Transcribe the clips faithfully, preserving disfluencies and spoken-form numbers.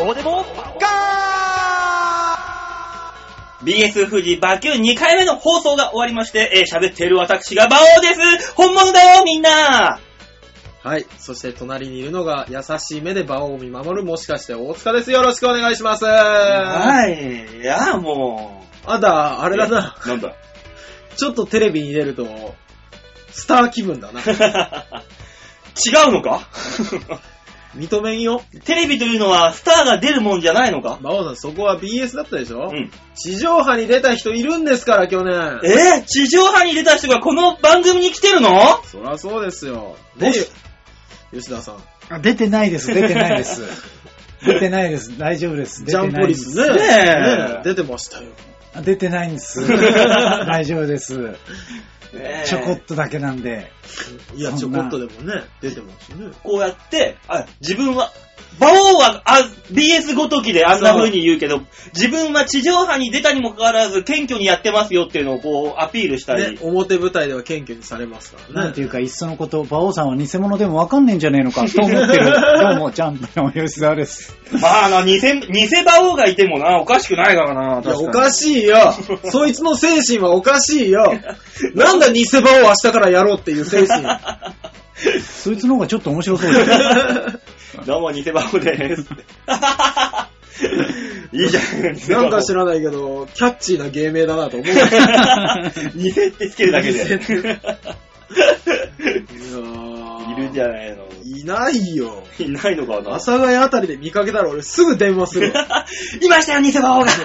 こうでもガー ビーエス 富士バキュンにかいめの放送が終わりまして、えー、喋っている私が馬王です。本物だよみんな。 はい。そして隣にいるのが優しい目で馬王を見守るもしかして大塚です。よろしくお願いします。 はい。いやもう。あだ、あれだな。 なんだ。 ちょっとテレビに出ると、スター気分だな。 違うのか認めんよ。 テレビというのはスターが出るもんじゃないのか。 馬王さん、そこは ビーエス だったでしょ。 うん。 地上波に出た人いるんですから、去年。 えー、地上波に出た人がこの番組に来てるの？ そりゃそうですよ。ね、吉田さん。 あ、出てないです、出てないです。出てないです、大丈夫です。 ジャンポリスね。 ねえ。 ね出てましたよ。 出てないんです。大丈夫です。 ね、 ちょこっとだけなんで。 いや、ちょこっとでもね、出てますしね。 こうやって、あ、自分は、馬王はあ ビーエス ごときであんな風に言うけど、自分は地上波に出たにもかかわらず謙虚にやってますよっていうのをこうアピールしたり。 ね、表舞台では謙虚にされますからね。 なんていうか、いっそのこと、馬王さんは偽物でもわかんねえんじゃねえのかと思ってる。どうも、チャンピオン吉沢です。 まあな、偽、偽馬王がいてもな、おかしくないからな。 いや、おかしいよ。そいつの精神はおかしいよ。なんだ偽馬王明日からやろうっていう精神。 そいつの方がちょっと面白そうですね。 どうも、偽馬王です。いいじゃん。 なんか知らないけど、キャッチーな芸名だなと思う。 偽ってつけるだけで。いいるじゃないの。 いないよ。 いないのかな。 阿佐ヶ谷あたりで見かけたら俺すぐ電話するわ。 いましたよ、偽馬王が。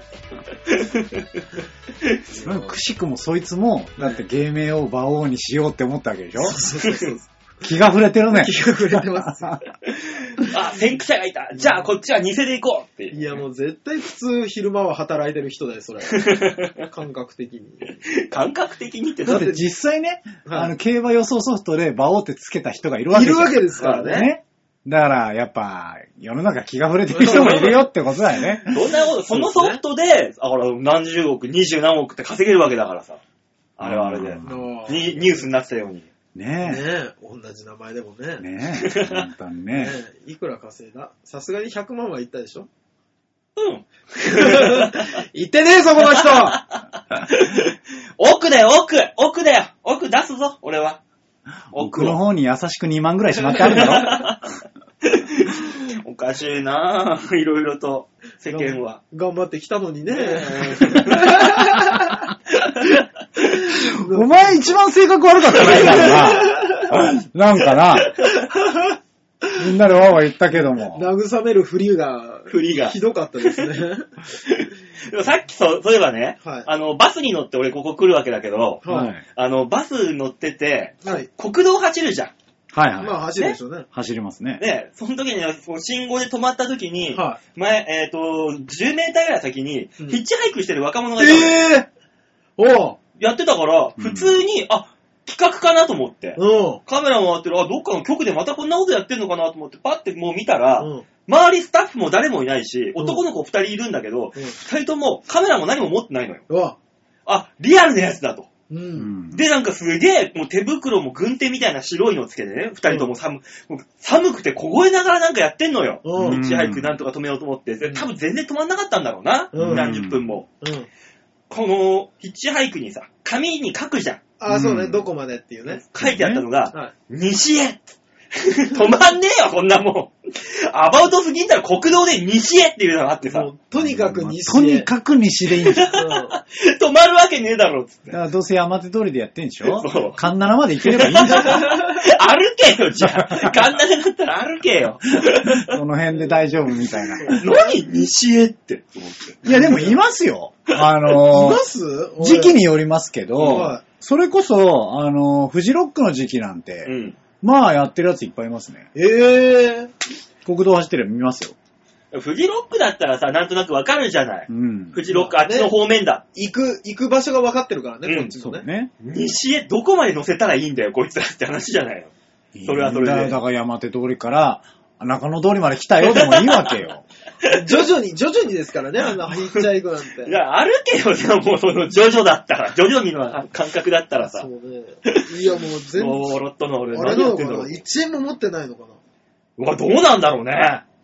くしくもそいつも、だって芸名を馬王にしようって思ったわけでしょ。 そうそうそう。 気が触れてるね。 気が触れてます。 あ、先駆者がいた。じゃあこっちは偽で行こうって。 いやもう絶対普通昼間は働いてる人だよ、それ。感覚的に。 感覚的にってだって実際ね、 はい、 あの競馬予想ソフトで馬王ってつけた人がいるわけですよ。いるわけですからね。ね、 だからやっぱ世の中気が触れてる人もいるよってことだよね。 そんなこと、そのソフトで、あ、ほら何十億、二十何億って稼げるわけだからさ。あれはあれで。ニ, ニュースになってたように。 ねえ。ねえ。同じ名前でもね。 ねえ。本当にね。 ねえ。いくら稼いだ？さすがにひゃくまんはいったでしょ？ うん。 言ってねえぞ、この人。 奥だよ、奥奥だよ奥出すぞ、俺は。 奥の方に優しくにまんぐらいしまってあるんだろ。 おかしいなぁ、いろいろと、世間は。 頑張ってきたのにね。 お前一番性格悪かったないからな。なんかな。みんなでわーわー言ったけども。 慰める振りが、 振りが。 ひどかったですね。 でもさっきそう、そういえばね、 はい、 あの、バスに乗って俺ここ来るわけだけど、 はい、 あの、バス乗ってて、 はい、 国道走るじゃん。 はいはい。 まあ走るでしょうね。ね、 走りますね。 で、その時に、信号で止まった時に、 はい、 前、えっ、ー、と、じゅうメーターぐらい先に、ヒッチハイクしてる若者がいたの。 えー、おうやってたから、普通に、うん、あ、企画かなと思って、 うん、 カメラ回ってる、あ、どっかの局でまたこんなことやってんのかなと思って、パッてもう見たら、うん、周りスタッフも誰もいないし、男の子二人いるんだけど、二、うん、人ともカメラも何も持ってないのよ。 うわ、 あ、リアルなやつだと。 うん、 で、なんかすげえ、もう手袋も軍手みたいな白いのつけてね、二人とも寒、うん、もう寒くて凍えながらなんかやってんのよ。 うん、 ヒッチハイクなんとか止めようと思って、多分全然止まんなかったんだろうな。うん、何十分も。うん、このヒッチハイクにさ、紙に書くじゃん。 ああ、そうね、うん、どこまでっていうね。 書いてあったのが、 はい、 西へ止まんねえよ、こんなもん。アバウトすぎんだら国道で西へっていうのがあってさ。 とにかく西へ。 とにかく西でいいんだよ。 止まるわけねえだろ、つって。 だからどうせ山手通りでやってんでしょ。 そう。 カンナナまで行ければいいんだよ。 歩けよ、じゃあ。カンナナだったら歩けよ。 その辺で大丈夫みたいな。 何西へって。 いや、でもいますよ。あのー、 います時期によりますけど、 はい、 それこそ、あのー、フジロックの時期なんて、うん、まあやってるやついっぱいいますね。 えぇ、ー。 国道走ってるの見ますよ。 フジロックだったらさ、なんとなくわかるじゃない。 うん。 フジロック、あっちの方面だ。 ね、行く、行く場所が分かってるからね、 うん、 こっちのね。 ね。 西へどこまで乗せたらいいんだよ、こいつらって話じゃないよ。それはそれで。 だから山手通りから、中野通りまで来たよでもいいわけよ。 徐々に、徐々にですからね、あの、ヒッチハイクなんて。 いや、歩けよ、じゃあもうその、徐々だったら、徐々にの感覚だったらさ。 そうね。いや、もう全然。 おー、ロットの俺、 あれなのかな ?いち 円も持ってないのかな。 うわ、どうなんだろうね。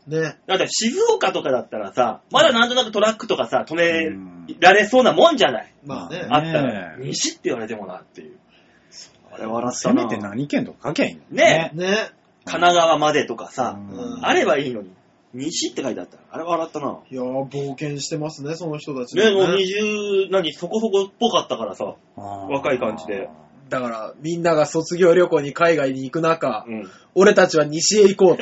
ね。 だって静岡とかだったらさ、まだなんとなくトラックとかさ、止められそうなもんじゃない。 まあね。 あったら、西って言われてもなっていう。あれ笑ったせな。 めて何県とか書きゃいいのね。 ね。 神奈川までとかさ、 うんあればいいのに。西って書いてあったら、あれ笑ったな。 いやー、冒険してますね、その人たち。 ね、もうにじゅう、何、そこそこっぽかったからさ。 あー若い感じで。 だから、みんなが卒業旅行に海外に行く中、 うん。 俺たちは西へ行こうと。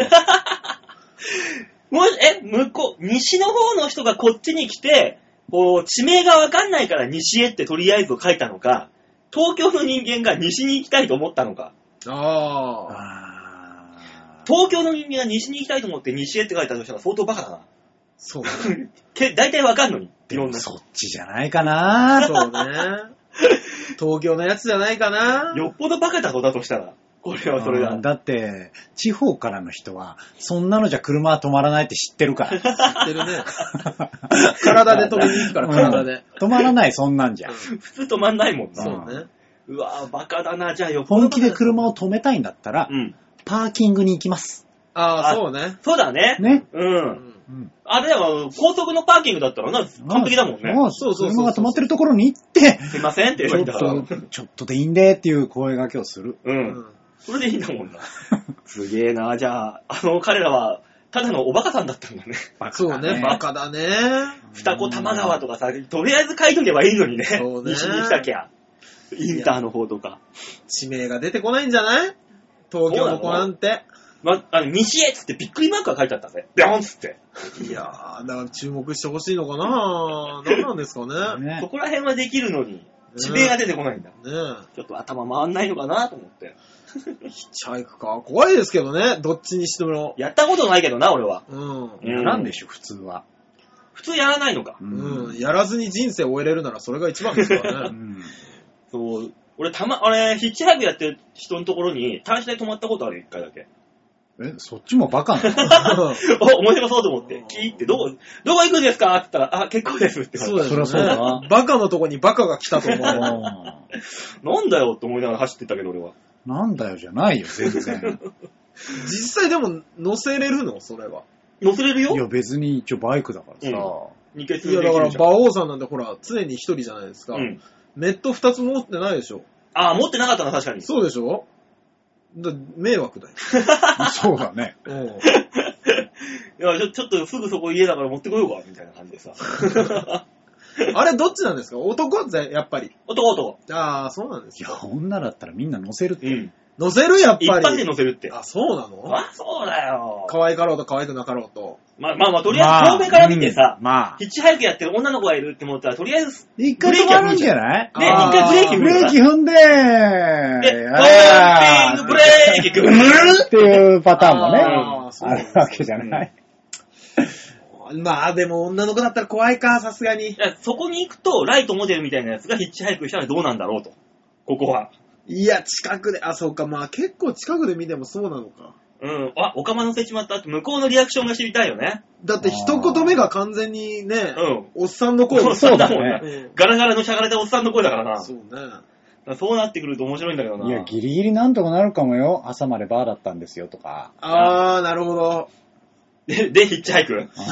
もし、え、向こう、西の方の人がこっちに来て、こう、地名がわかんないから西へってとりあえず書いたのか、東京の人間が西に行きたいと思ったのか、 ああ。 あ東京の人間が西に行きたいと思って西へって書いたとしたら相当バカだな。 そうね。 け大体わかんのに、いーろんな人。 そっちじゃないかな。 そうね。東京のやつじゃないかな。 よっぽどバカだぞだとしたら、これはそれだ。 だって、地方からの人は、そんなのじゃ車は止まらないって知ってるから。 知ってるね。体で止めに行くから、体で。 止まらない、そんなんじゃ。 普通止まんないもんな。 そうね。 うわぁ、バカだな、じゃあよっぽど本気でバカだ車を止めたいんだったら、 うん。 パーキングに行きます。 ああ、 あそうね。 そうだね。 ね。 う。 うんん。 うんあれだよ、高速のパーキングだったらな、完璧だもんね。 そうそうそうそう車が止まってるところに行って、 すいませんってちょっ言われたら。 と、ちょっとでいいんでっていう声掛けをする。 う。 うんん。 それでいいんだもんな。すげえな。じゃあ、あの彼らは、ただのおバカさんだったんだね。 バカだそうね、バカだね。 二子玉川とかさ、とりあえず書いとけばいいのにね。 そうね西に来たきゃ。インターの方とか。 地名が出てこないんじゃない東京の子なんて。 ま、あの、西へっつってびっくりマークが書いてあったぜ。ビョンっつって。 いやー、だから注目してほしいのかな。何なんですかね。 ねそこら辺はできるのに、地名が出てこないんだ。 ねちょっと頭回んないのかなと思って。 え。ヒッチハイクか。怖いですけどね、どっちにしても。 やったことないけどな、俺は。 うん。 うんやらんでしょ、普通は。 普通やらないのか。 ううん。やらずに人生を終えれるならそれが一番ですからね。 うんそう。俺、たま、俺、ヒッチハイクやってる人のところに、単車で止まったことある、一回だけ。 え、そっちもバカなのお、面白そうと思って、キーって、どこ、どこ行くんですかって言ったら、あ、結構ですって言われた。 そうだよね。 そりゃそうだわバカのとこにバカが来たと思う。 なんだよって思いながら走ってったけど、俺は。 なんだよじゃないよ、全然。 実際でも乗せれるのそれは。 乗せれるよいや、別に一応バイクだからさ。 二欠いや、だから、 じゃん馬王さんなんてほら、常に一人じゃないですか。 うん。 メット二つ持ってないでしょ。 あ、持ってなかったな、確かに。 そうでしょだ迷惑だよ。 そうだね。 うん。 いやちょ、ちょっとすぐそこ家だから持ってこようか、みたいな感じでさ。 あれどっちなんですか男はぜやっぱり。 男男。 ああ、そうなんですいや、 か。 女だったらみんな乗せるって。 うん。 乗せるやっ一ぱり。 発で乗せるって。 あ、そうなのあ、そうだよ。 可愛かろうと可愛くなかろうと。 まあまあまあ、とりあえず遠目から見てさ、 うんまあ。 ヒッチハイクやってる女の子がいるって思ったら、とりあえず、 一回止まるんじゃないね、 あー一回ブレーキブレーキ踏踏んでで、 ートーンピングブレーキ、グーっていうパターンもね、 あーそうあるわけじゃない。 まあでも女の子だったら怖いか、さすがに。 いやそこに行くと、ライトモデルみたいなやつがヒッチハイクしたらどうなんだろうと。ここは。 いや、近くで、あ、そうか、まあ結構近くで見てもそうなのか。 うん。あ、おかま乗せちまったって向こうのリアクションが知りたいよね。 だって一言目が完全にね、 うん。 おっさんの声ですそうだねもんなうんガラガラのしゃがれたおっさんの声だからな。 そうね。 だからそうなってくると面白いんだけどな。 いや、ギリギリなんとかなるかもよ。朝までバーだったんですよとか。 あー、なるほど。 で、で、ヒッチハイク。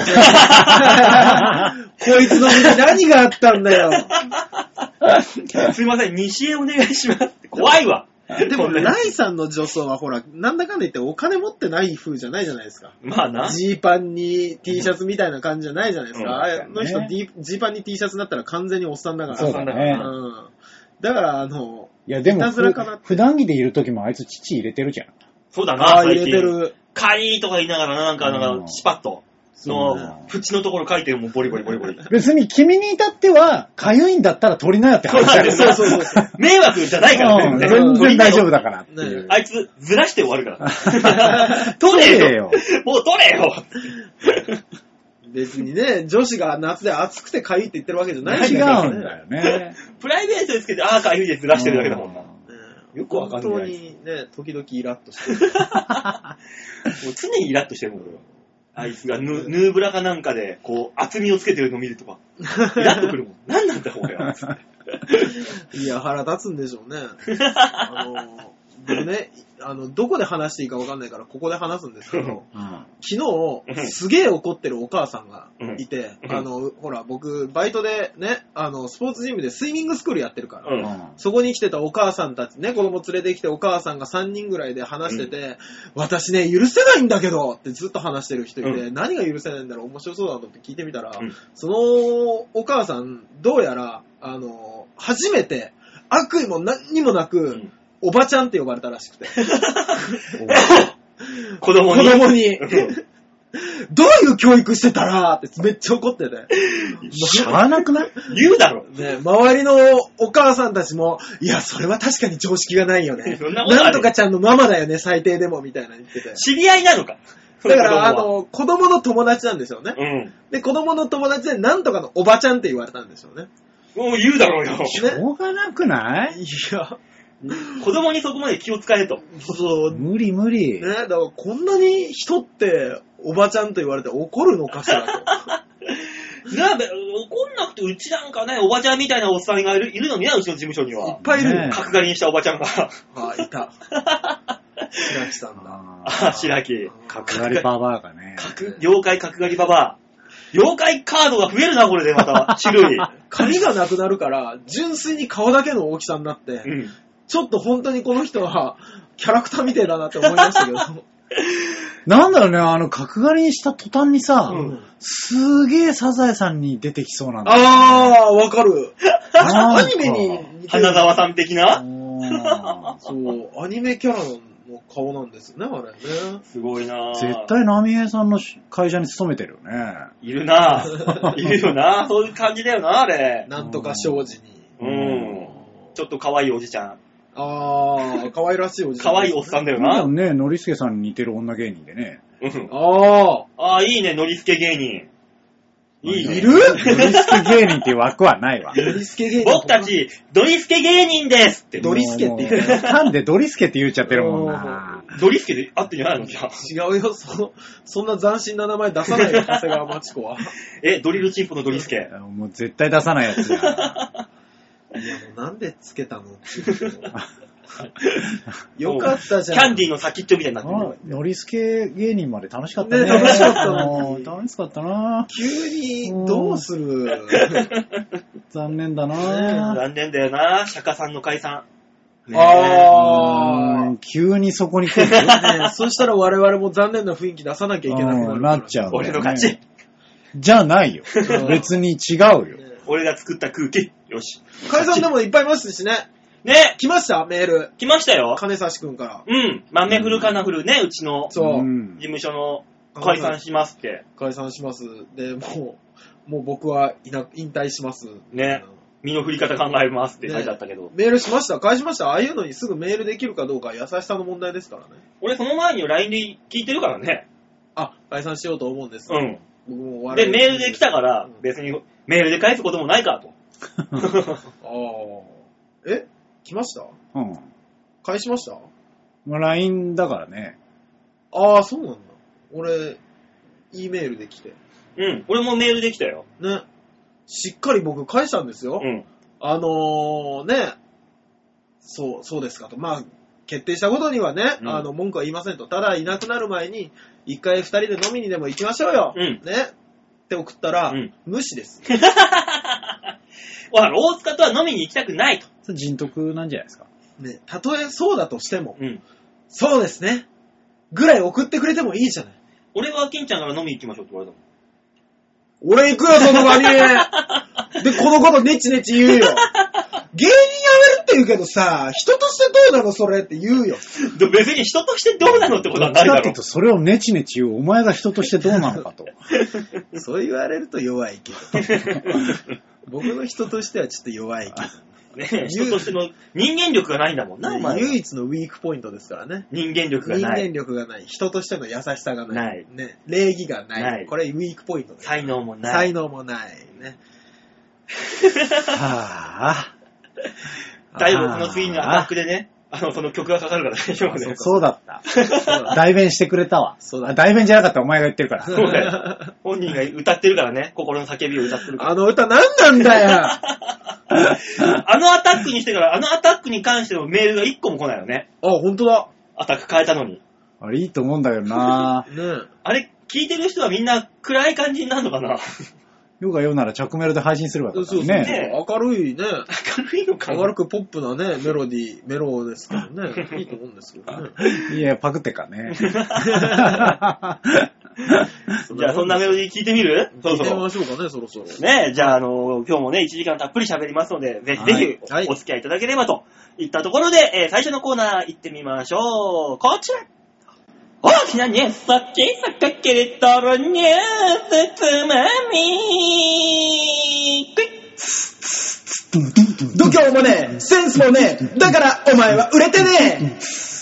こいつの身に何があったんだよ。 すいません、西へお願いします。怖いわ。 でも、 こんなライさんの女装はほら、なんだかんだ言ってお金持ってない風じゃないじゃないですか。 まあな。 ジーパンに T シャツみたいな感じじゃないじゃないですか。 うんあの人、 ね D- ジーパンに T シャツだったら完全におっさんだから。 そうだね。 うん。だから、あの、 いや、でもいたずらかなってふ、普段着でいる時もあいつ乳入れてるじゃん。 そうだな、 ああ、入れ最近。 てる。 かいーとか言いながらな、なんか、なんか、 うんシパッと。 そうねの、縁のところ書いてるもん、ボリボリボリボリ。 別に君に至っては、かゆいんだったら取りなよって話だよ。 そうそうそうそう。 迷惑じゃないから、 うん全然。 全然大丈夫だからっていう。 ねあいつ、ずらして終わるから。取れよ取れよ。 もう取れよ別にね、女子が夏で暑くてかゆいって言ってるわけじゃない違んだうんだよね。 プライベートですけど、ああ、かゆいでずらしてるだけだもんな。もねよくわかんない本当にね、時々イラッとしてる。 う常にイラッとしてるもん、俺は。あいつがヌヌーブラかなんかで、こう、厚みをつけてるのを見るとか、イラッとくるもん。何なんだ、俺は。 いや、腹立つんでしょうね。あの、 僕ね、あの、どこで話していいかわかんないからここで話すんですけど、 うん昨日、すげえ怒ってるお母さんがいて、 うんあの、ほら、僕、バイトでね、あの、スポーツジムでスイミングスクールやってるから、 うんうんそこに来てたお母さんたちね、子供連れてきてお母さんがさんにんぐらいで話してて、私ね、許せないんだけどってずっと話してる人いて、 う何が許せないんだろう、面白そうだなと思って聞いてみたら、 うんそのお母さん、どうやら、あの、初めて悪意も何にもなく、 うんおばちゃんって呼ばれたらしくて。 子供に。 子供に。 うんどういう教育してたらってめっちゃ怒ってて。 しゃあなくない？ 言うだろ。 ね、周りのお母さんたちも、いや、それは確かに常識がないよね。 そんなことあるなんとかちゃんのママだよね、最低でも、みたいな言ってて。 知り合いなのか。 だから、あ子供は、 の、子供の友達なんでしょうね。 うん。 で、子供の友達で、なんとかのおばちゃんって言われたんでしょうね。 もう言うだろうよ。 しょうがなくない？ いや、 子供にそこまで気を使えと。 そう、ね、 無理無理。 だからこんなに人って、おばちゃんと言われて怒るのかしらと。 いや、べ怒んなくて、うちなんかね、おばちゃんみたいなおっさんがいるいるのにね、うちの事務所にいっは。 ぱいいるよ。 ね角刈りにしたおばちゃんが。 あ、いた。白木さんだ。 あ、白木。 角刈りババアがね。 角、妖怪角刈りババア。妖怪カードが増えるな、これでまた。種類。 髪がなくなるから、純粋に顔だけの大きさになって、 うん。 ちょっと本当にこの人は、キャラクターみたいだなって思いましたけど。 なんだろうね、あの、角刈りにした途端にさ、 うんすげえサザエさんに出てきそうなんだ。 あー、わかる。 なんかアニメに似てる花沢さん的なあそう、アニメキャラの顔なんですよね、あれね。 すごいなぁ。 ー絶対浪江さんの会社に勤めてるよね。 いるなぁ。いるよなぁ。そういう感じだよな、あれ。 なんとか庄司に。 うん。ちょっと可愛いおじちゃん。 あー、可愛らしいおじさん。 可愛いおっさんだよな。 なんだろうね、ノリスケさんに似てる女芸人でね。 うん。 あああ、いいね、ノリスケ芸人。いいね。 いるノリスケ芸人っていう枠はないわ。 ー、ドリスケ芸人。 僕たち、ドリスケ芸人ですって。 ドリスケって言うもうもうなんでドリスケって言っちゃってるもんな。 ドリスケで合ってんじゃないのじゃあ。 違うよ、そ、そんな斬新な名前出さないよ、長谷川町子は。 え、ドリルチンポのドリスケ。 もう絶対出さないやつじゃん。 いや、もうなんでつけたのっていうけどよかったじゃん。 キャンディーの先っちょみたいになってある。 ノリスケ芸人まで楽しかったね。 ね楽しかったなもう楽しかったな。 急に、どうする残念だな。 残念だよな、釈迦さんの解散。ねえあうん急にそこに来る。 ー。ねそしたら我々も残念な雰囲気出さなきゃいけなくなるから。 うんなっちゃう俺の勝ち。 じゃないよ。 うん別に違うよ。 ね俺が作った空気。よし。 解散でもいっぱいいますしね。 ね、 来ましたメール。 来ましたよ。 金指くんから。 うん。豆フルカナフルね、うちの事そう。 ん務所の解散しますって。 解散します。で、もう、もう僕はいな引退します。 ね。身の振り方考えますって書いてあったけど。 メールしました返しましたああいうのにすぐメールできるかどうかは優しさの問題ですからね。 俺その前に ライン で聞いてるからね。 あ、解散しようと思うんです。 うん。 僕も終わで、メールで来たからうん、 別にメールで返すこともないかと。 ああ。え来ましたうん。 返しましたまあ ライン だからね。 ああ、そうなんだ。俺、E メールで来て。 うん。俺もメールできたよ。 ね。しっかり僕返したんですよ。 うん。 あのー、ね。そう、そうですかと。まあ、決定したことにはね、 うんあの、文句は言いませんと。ただ、いなくなる前に、一回二人で飲みにでも行きましょうよ。 うんね。って送ったら、 うん無視です。 ほら、大塚とは飲みに行きたくないと。 それ人徳なんじゃないですか。 ね。たとえそうだとしても、 うん。 そうですね。ぐらい送ってくれてもいいじゃない。 俺は金ちゃんから飲みに行きましょうって言われたもん。 俺行くよ、その場に。で、このことネチネチ言うよ。芸人辞めるって言うけどさ、人としてどうなのそれって言うよ。 で別に人としてどうなのってことはないだろだって言うと、それをネチネチ言うお前が人としてどうなのかと。 そう言われると弱いけど。僕の人としてはちょっと弱いけど。 ね。人としての人間力がないんだもんな、お前は。 唯一のウィークポイントですからね。 人間力が人間ない。 力がない。人としての優しさがない。 ないね。礼儀がない。 ないこれウィークポイントです。 才能もない。 才能もない。ね。 はぁ。 大僕の次のアタックでね、 あの、その曲がかかるから大丈夫だよ。 そうだった。代弁してくれたわ。 そうだあ代弁じゃなかったお前が言ってるから。 そうだよ。本人が歌ってるからね、心の叫びを歌ってるから。 あの歌何なんだよあのアタックにしてから、あのアタックに関してのメールがいっこも来ないよね。 あ、ほんとだ。 アタック変えたのに。 あれいいと思うんだけどなねえ。 あれ、聞いてる人はみんな暗い感じになるのかな。 よが言うなら着メロで配信すればよかったそうそう、 ね。 ね明るいね。 明るいのかな。 明るくポップなね、メロディー、メロですからね。いいと思うんですけどね。 いや、パクってかね。 じゃあそんなメロディー聞いてみる？そろそ聞いてみろ。 ましょうかね、そろそろ。 ねえ、じゃああの、今日もね、いちじかんたっぷり喋りますので、ぜひぜひはいお付き合いいただければといったところで、えー最初のコーナー行ってみましょう。こちら。大きなニュースを小さく切り取るニュースつまみ。クイッ度胸もねえ、センスもねえ、だからお前は売れてね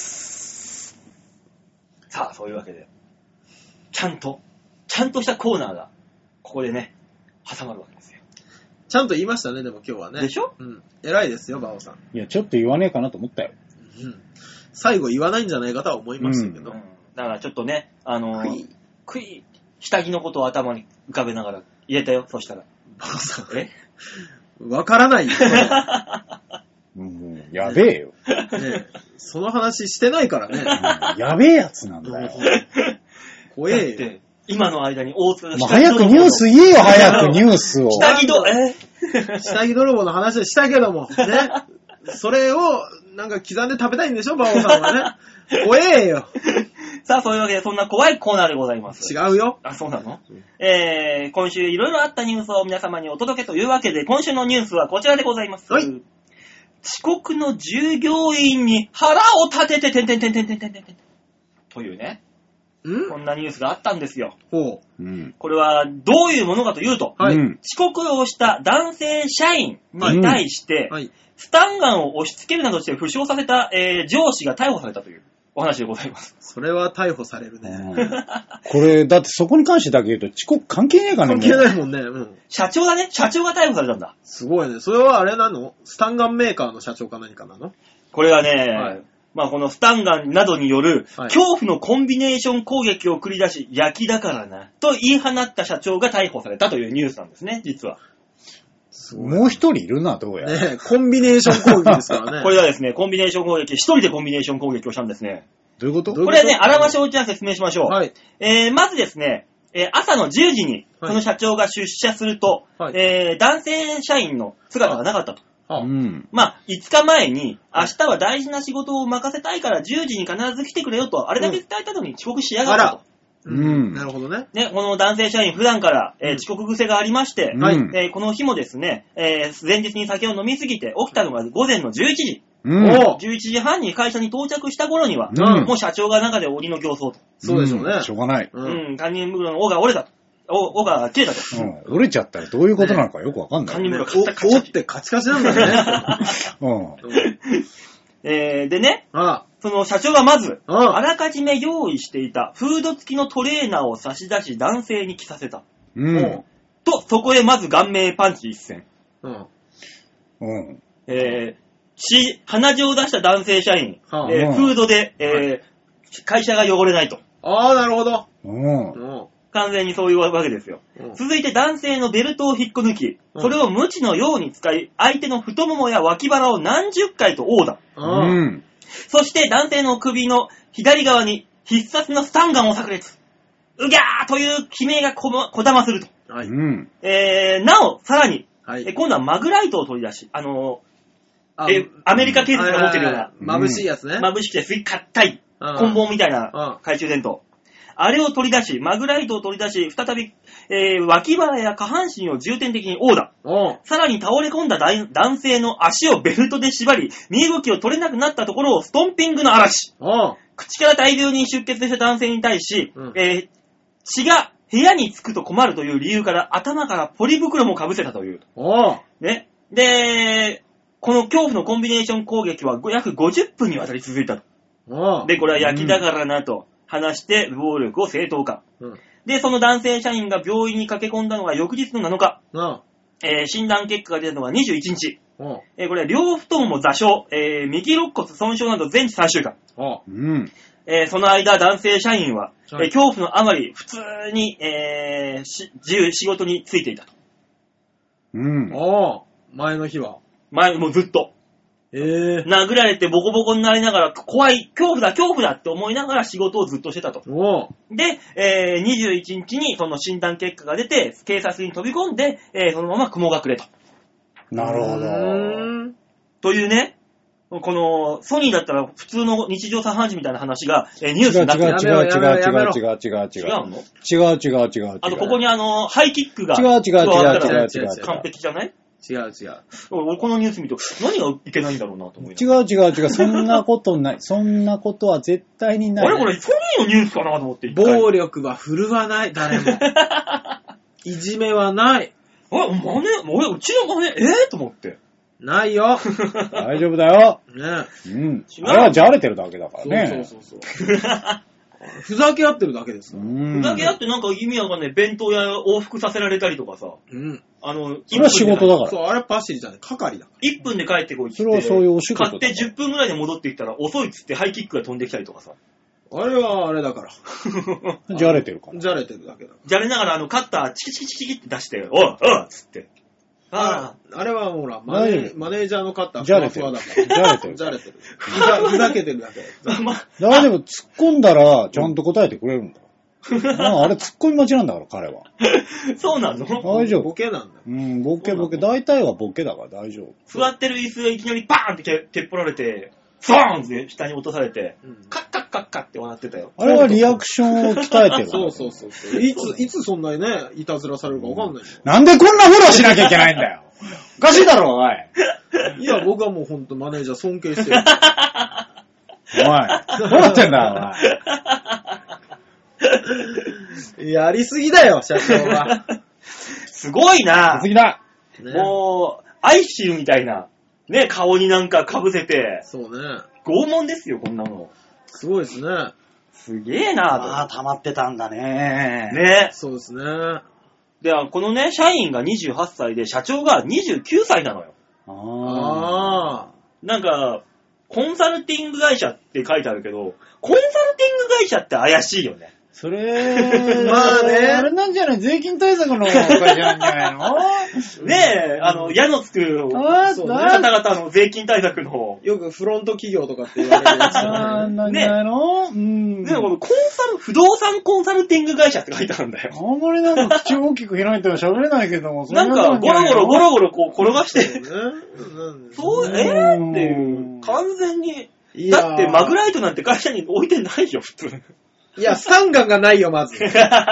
さあ、そういうわけで、ちゃんと、ちゃんとしたコーナーが、ここでね、挟まるわけですよ。 え。ちゃんと言いましたね、でも今日はね。 でしょ？ うん。偉いですよ、バオさん。 いや、ちょっと言わねえかなと思ったよ。 うん。最後言わないんじゃないかとは思いましたけど。 うんだからちょっとね、あのー、 クイクイ下着のことを頭に浮かべながら入れたよ、そしたら。 バオさえん。わからないよ。 もうやべえよ。 ねえ、その話してないからね。 やべえやつなんだよ。 怖えよ。 だって今の間に大塚がもう早くニュース言えよ、早くニュースを。 下着ど、え下着泥棒の話をしたけども、ね。それを、なんか刻んで食べたいんでしょ、バオさんはね。怖えよ。 さあ、そういうわけで、そんな怖いコーナーでございます。 違うよ。 あ、そうなの、えー、今週いろいろあったニュースを皆様にお届けというわけで、今週のニュースはこちらでございます。 はい遅刻の従業員に腹を立てて、てんてんてんてんてんてんてんてん。というね、 んこんなニュースがあったんですよ。 ほうん。 これはどういうものかというと、 はいうん遅刻をした男性社員に対して、 う。はい。 スタンガンを押し付けるなどして負傷させた、えー上司が逮捕されたというお話でございます。 それは逮捕されるね。 うんこれ、だってそこに関してだけ言うと遅刻関係ねえかね。 関係もうないもんね。うん。 社長がね、社長が逮捕されたんだ。 すごいね。それはあれなの？スタンガンメーカーの社長か何かなの？ これはね、 はいまあこのスタンガンなどによるはい恐怖のコンビネーション攻撃を繰り出し、焼きだからな、と言い放った社長が逮捕されたというニュースなんですね、実は。 すごい。 もう一人いるな、どうやら。 ねえ、コンビネーション攻撃ですからね。 これがですね、コンビネーション攻撃、一人でコンビネーション攻撃をしたんですね。 どういうことどういうこれはね、あらましおちゃん説明しましょう。 はい。 えー、まずですね、えー朝のじゅうじに、 はいその社長が出社すると、 はいえー男性社員の姿がなかったと。 はあうん。 まあ、いつかまえに、明日は大事な仕事を任せたいからじゅうじに必ず来てくれよと、あれだけ伝えたのに遅刻しやがったと。 うんなるほどね。 ね、この男性社員普段から、えーうん遅刻癖がありまして、 うんはいえーこの日もですね、えー前日に酒を飲みすぎて起きたのが午前のじゅういちじ。 うん。 おうじゅういちじはんに会社に到着した頃には、 うんもう社長が中で鬼の形相と。 そうでしょうねんしょうがない。 う。 うんん、堪忍袋の尾が折れたと。尾尾が切れたと。 うん。折れちゃったらどういうことなのかよくわかんない。 堪忍ね袋カチカチカチお、おってカチカチなんだね。 うん。 うんえー、でね、 あその社長がまず、 あ、ああらかじめ用意していたフード付きのトレーナーを差し出し男性に着させた。 うん。 と、そこへまず顔面パンチ一戦。 うん。 うん。 えー、し、鼻血を出した男性社員、 はあえーうんフードで、えー会社が汚れないと。 ああ、なるほど。 うん。 うん。 完全にそういうわけですよ。 うん続いて男性のベルトを引っこ抜き、 うんそれを無知のように使い、相手の太ももや脇腹を何十回と殴打。 ううん。 ん。 そして男性の首の左側に必殺のスタンガンを炸裂。うぎゃーという悲鳴がこまこだますると。 はい。 うん。 えー、なお、さらに、 はいえ。今度はマグライトを取り出し、あのあえアメリカ警察が持ってるような眩しいやつね。 ー、眩しくてすげえ硬い、 うん棍棒みたいなうん懐中電灯。あれを取り出し、マグライトを取り出し、再び、えー、脇腹や下半身を重点的に殴打。 おう。 さらに倒れ込んだ大男性の足をベルトで縛り、身動きを取れなくなったところをストンピングの嵐。 おう。 口から大量に出血した男性に対し、 うんえー血が部屋につくと困るという理由から頭からポリ袋もかぶせたという。 おう。 ね。で、この恐怖のコンビネーション攻撃は約ごじゅっぷんにわたり続いたと。 おう。 で、これは焼きだからなと話して暴力を正当化。 うん。 で、その男性社員が病院に駆け込んだのが翌日のなのか、 なえー診断結果が出たのがにじゅういちにち。 うん。 えーこれ、両太もも座礁、えー右肋骨損傷など全治さんしゅうかん。 あうん。 えーその間、男性社員は、えーはい恐怖のあまり、普通に、えーし自由、仕事に就いていたと。 うん。 ああ、前の日は。 前、もうずっと。 ええ殴られてボコボコになりながら、怖い、恐怖だ、恐怖だって思いながら仕事をずっとしてたと。 おう。 で、えーにじゅういちにちにその診断結果が出て、警察に飛び込んで、えーそのまま雲隠れと。 なるほど。 うーんというね、この、ソニーだったら普通の日常茶飯事みたいな話が、えーニュース違うになってる。 違う違う違うやめろやめろ違う違う違う違う。 違うの違う違う違う違う。 あと、ここにあの、ハイキックが違う違う違う加わったら違う違う違う完璧じゃない違う違う。 俺、このニュース見ると、何がいけないんだろうなと思い違う違う違う。そんなことない。そんなことは絶対にない。 あれこれ、ソニーのニュースかなと思って。一回暴力は振るわない、誰も。いじめはない。 あ、真似、俺、うちの真似、えぇ、と思って。 ないよ。 大丈夫だよ。 ねうん。 違うあれはじゃれてるだけだからね。 そうそうそうそう。ふざけ合ってるだけですから。 うん。 ふざけ合ってなんか意味わかんない。弁当屋往復させられたりとかさ。 うん。 あの、 それは仕事だから。 そう、あれはパシリじゃない。係だかいっぷんで帰ってこいっつって。 それはそういうお仕事だ買ってじゅっぷんぐらいで戻ってきたら遅いっつってハイキックが飛んできたりとかさ。 ら。あれはあれだから。 じゃれてるから。 じゃれてるだけだかじゃれながらあのカッターチキチキチキチキって出して、おいおいっつって。 ら。 あああれはほら、マネ大丈夫マネージャーの方はじゃれてるふわふわだから。 じゃれてるじゃれてる。ふざふざけてるだけ。 あ、ま、 大丈夫。突っ込んだら、ちゃんと答えてくれるんだ。ああれ突っ込み待ちなんだから、彼は。 そうなの大丈夫。 ボケなんだよ。 うん、ボケボケ。大体はボケだから大丈夫。 座ってる椅子がいきなりバーンってけ蹴っぽられて、ソーンって下に落とされて、 うんカッカッカッカッって笑ってたよ。 あれはリアクションを鍛えてる。 そうそうそうそう。いつ、いつそんなにね、いたずらされるかわかんないよ。 なんでこんなフォローしなきゃいけないんだよ。おかしいだろ、おい。 いや、僕はもうほんとマネージャー尊敬してる。 おい。どうなってんだやりすぎだよ、社長は。 すごいお前。 な次だ。 ね、 もう、アイシルみたいな。ね、顔になんか被せて、 そうね。 拷問ですよ、こんなの。 すごいですね。 すげえなああ、溜まってたんだねと。。ね。 そうですね。 で、このね、社員がにじゅうはっさいで、社長がにじゅうきゅうさいなのよ。 あああ。 なんか、コンサルティング会社って書いてあるけど、コンサルティング会社って怪しいよね。 それ、 まあねあれなんじゃない税金対策の会社なんじゃないのねえ、あの、矢のつくあそうね方々の税金対策の、 よくフロント企業とかって言われるやつあだね。 ーなんじゃないの、うん。 でもこのコンサル、不動産コンサルティング会社って書いてあるんだよ。 あんまりなんか口を大きく開いては喋れないけども、そなんか、ゴロゴロゴロゴロこう転がして、 そうね。なんでそう、えーっていう、完全に、 いやーだってマグライトなんて会社に置いてないよ、普通。 いや、スタンガンがないよ、まず。い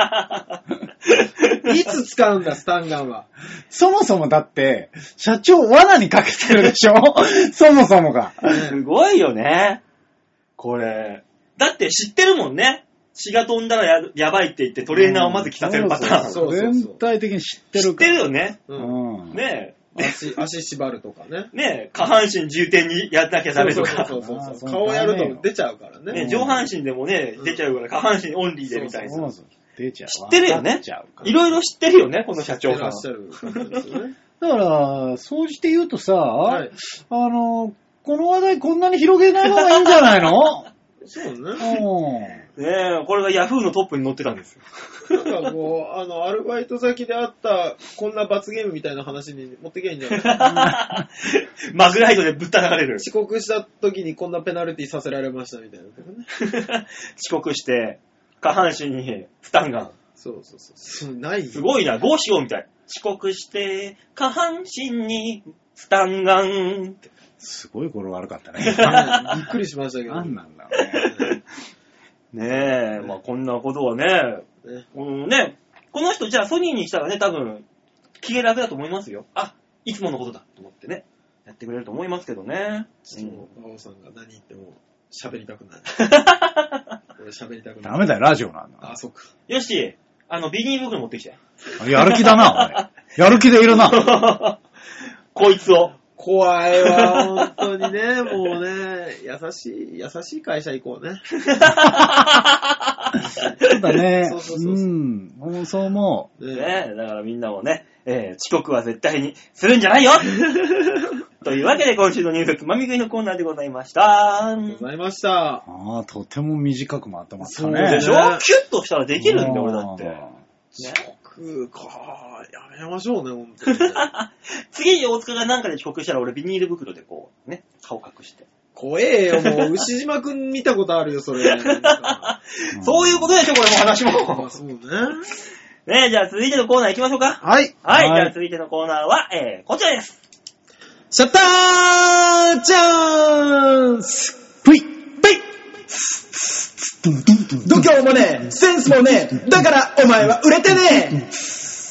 つ使うんだ、スタンガンは。 そもそもだって、社長罠にかけてるでしょそもそもが。 すごいよね。これ。だって知ってるもんね。血が飛んだら や, やばいって言ってトレーナーをまず着させるパターン。 そうそうそう全体的に知って知ってるから。 るよね。 うん。 うん。 ね足、足縛るとかね。 え、ねえ、下半身重点にやんなきゃダメとか。 そうそうそうそう。 あーそう顔やると出ちゃうからね。 ね、上半身でもね、 うん出ちゃうから、下半身オンリーでみたいな。 そうそう出ちゃう。 知ってるよね出ちゃうからいろいろ知ってるよね、この社長さんやってらっ。しゃる方ですよね。 だから、そうして言うとさ、 はい。 あの、この話題こんなに広げない方がいいんじゃないのそうね。 うん。 ねえ、これがヤフーのトップに載ってたんですよ。 なんかこう、あの、アルバイト先であった、こんな罰ゲームみたいな話に持ってけばいいんじゃないマグライトでぶった流れる。 遅刻した時にこんなペナルティさせられましたみたいな、ね。 遅刻して、下半身にスタンガン。 そうそうそう。そうないよすごいな、ゴーシゴーみたい。遅刻して、下半身にスタンガン。 すごい語呂悪かったね。 びっくりしましたけど。 何なんだろうね。 ねえ、まあこんなことはね、 ねこのね、この人じゃあソニーにしたらね、多分、気が楽だと思いますよ。あ、いつものことだと思ってね、やってくれると思いますけどね。 ちょっと、馬王さんが何言っても喋りたくない。俺喋りたくない。 ダメだよ、ラジオなんだ。 あ、そっか。 よし、あの、ビニール袋持ってきて。 やる気だな、おい。やる気でいるな。 こいつを。 怖いわ、本当にね。もうね、優しい、優しい会社行こうね。 そうだね。 そうそうそうそううん。もうそう思う。 ねねえ、だからみんなもね、えー遅刻は絶対にするんじゃないよというわけで今週のニュースつまみ食いのコーナーでございました。 ありがとうございました。 ああ、とても短く回ってますね。 そうでしょ、キュッとしたらできるんだよ、俺だって。ね、 遅刻か、やめましょうね、ほんとに。 次、大塚がなんかで遅刻したら俺ビニール袋でこう、ね、顔隠して。 怖えよ、もう、牛島くん見たことあるよ、それ。 そういうことでしょ、これも話も。 まあ、そうね。 ねえ、じゃあ続いてのコーナー行きましょうか。 はい。 はい、 はい、 じゃあ続いてのコーナーは、えー、こちらです。 シャッターチャンスぷいぷい度胸もねえ、センスもねえ、だからお前は売れてねえ。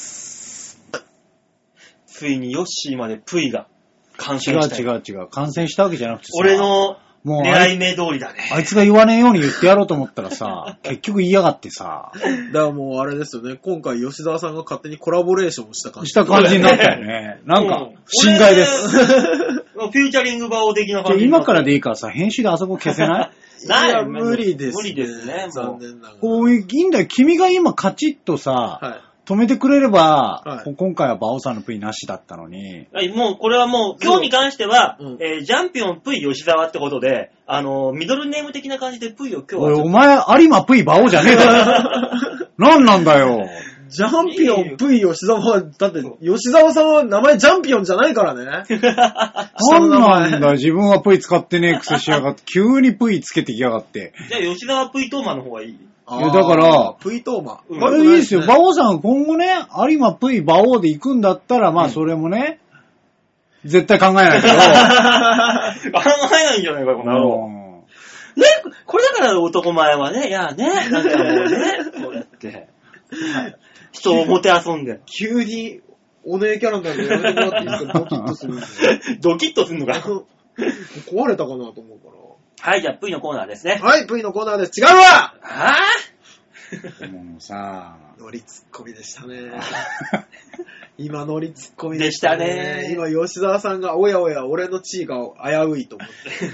ついにヨッシーまでプイが完成違うした。 違う違う。感染したわけじゃなくてさ。 俺のもう狙い目通りだね。 あいつが言わねえように言ってやろうと思ったらさ、結局言いやがってさ。 だからもうあれですよね、今回吉沢さんが勝手にコラボレーションをした感じ。 した感じになったよね。なんか、心外です。 フューチャリングバオ的な感じ。 今からでいいからさ、編集であそこ消せないないや、無理です、ね。 無理ですね。 残念ながら。 こういう、いいんだよ。君が今カチッとさ、 はい止めてくれれば、 はい、 今回はバオさんのプイなしだったのに。 もう、これはもう、今日に関しては、 うんえー、ジャンピオンプイ吉沢ってことで、あのー、ミドルネーム的な感じでプイを今日は。 おい、お前、有馬プイバオじゃねえだろ。なんなんだよ。 ジャンピオン、プイ、吉沢は、だって、吉沢さんは名前ジャンピオンじゃないからね。 なんなんだ、自分はプイ使ってねえくせしやがって、急にプイつけてきやがって。 じゃあ、吉沢プイトーマの方がいい。 いやだから、 プイトーマ。 あれいいですよ。馬王さん今後ね、有馬プイ馬王で行くんだったら、まあそれもね、うん、絶対考えないけど。考えないんじゃないか、この野郎。ね、これだから男前はね、いやね、なんかもうね、こうやって、人をもてあそんで。 急に、お姉キャラになるのやめてもらっていいですか？ドキッとするんですよ。 ドキッとするのか。 壊れたかなと思うから。 はい、じゃあ、プイのコーナーですね。 はい、プイのコーナーです。違うわあぁもうさノリツッコミでしたね。今、ノリツッコミでしたね。 今、吉沢さんが、おやおや、俺の地位が危ういと思って。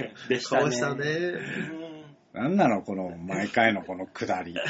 でしたね。 顔したね。 なんなのこの、毎回のこのくだり。 はい。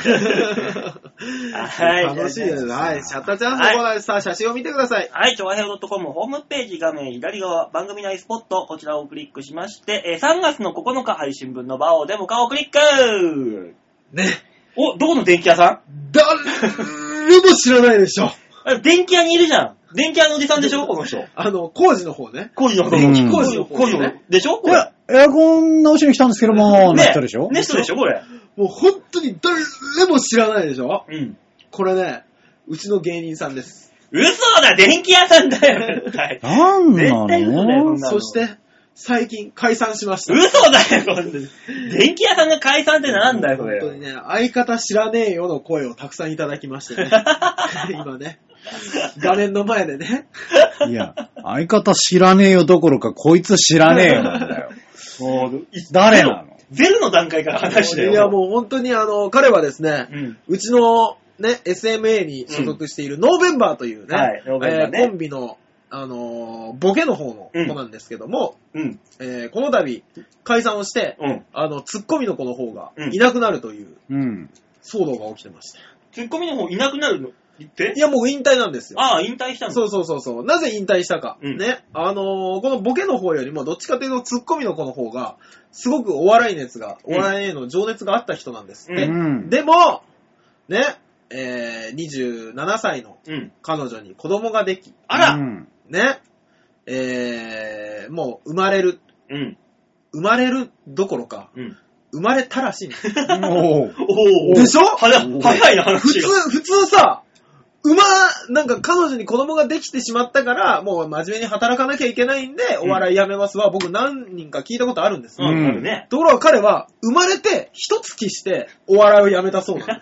楽しいです。はい。シャッターチャンスのコーナーです。さあ、写真を見てください。 はい。チョアヘオ .com ホームページ画面左側、番組内スポット、こちらをクリックしまして、えー、さんがつのここのか配信分のバオデモ化をクリックね。 お、どこの電気屋さん？ 誰も知らないでしょ。 電気屋にいるじゃん。電気屋のおじさんでしょこの人。 あの、工事の方ね。 工事の方。 電気工事の方ね。 でしょこれ。エアコン直しに来たんですけども、 ね、 なったでしょネストでしょこれ。 もう本当に誰も知らないでしょ。 うん。 これね、うちの芸人さんです。 嘘だ電気屋さんだよ絶対。 なんなの？ 絶対嘘だよ。 そして、最近解散しました。 嘘だよ電気屋さんが解散ってなんだよそれ。 本当にね、相方知らねえよの声をたくさんいただきましてね。今ね。画面の前でね。 いや、相方知らねえよどころか、こいつ知らねえよなんだよ。 もう誰なの？ ゼロの段階から話してよ。 いや、もう本当にあの、彼はですね、うん、うちのね、エスエムエー に所属しているノーベンバーというね、 はい、ノーベンバーね、 えー、コンビの、あのー、ボケの方の子なんですけども、 うんえー、この度、解散をして、 うん、 あの、ツッコミの子の方がいなくなるという、 うん、 騒動が起きてました。 ツッコミの方いなくなるのっていや、もう引退なんですよ。 ああ、引退したんだ。 そうそうそうそう。なぜ引退したか。うん、ね。あのー、このボケの方よりも、どっちかというとツッコミの子の方が、すごくお笑い熱が、お笑いへの情熱があった人なんですって。うん、でも、ね、えー、にじゅうななさいの彼女に子供ができ、 あら、 うん、ね、えー、もう生まれる。 うん、 生まれるどころか、うん、生まれたらしいんです。 おでしょ？ 早いな話が。 普通、普通さ、馬、なんか彼女に子供ができてしまったから、もう真面目に働かなきゃいけないんで、お笑いやめますわ。うん、僕何人か聞いたことあるんですよ。 うん、ね、 ところが彼は、生まれて一月してお笑いをやめたそうなんです。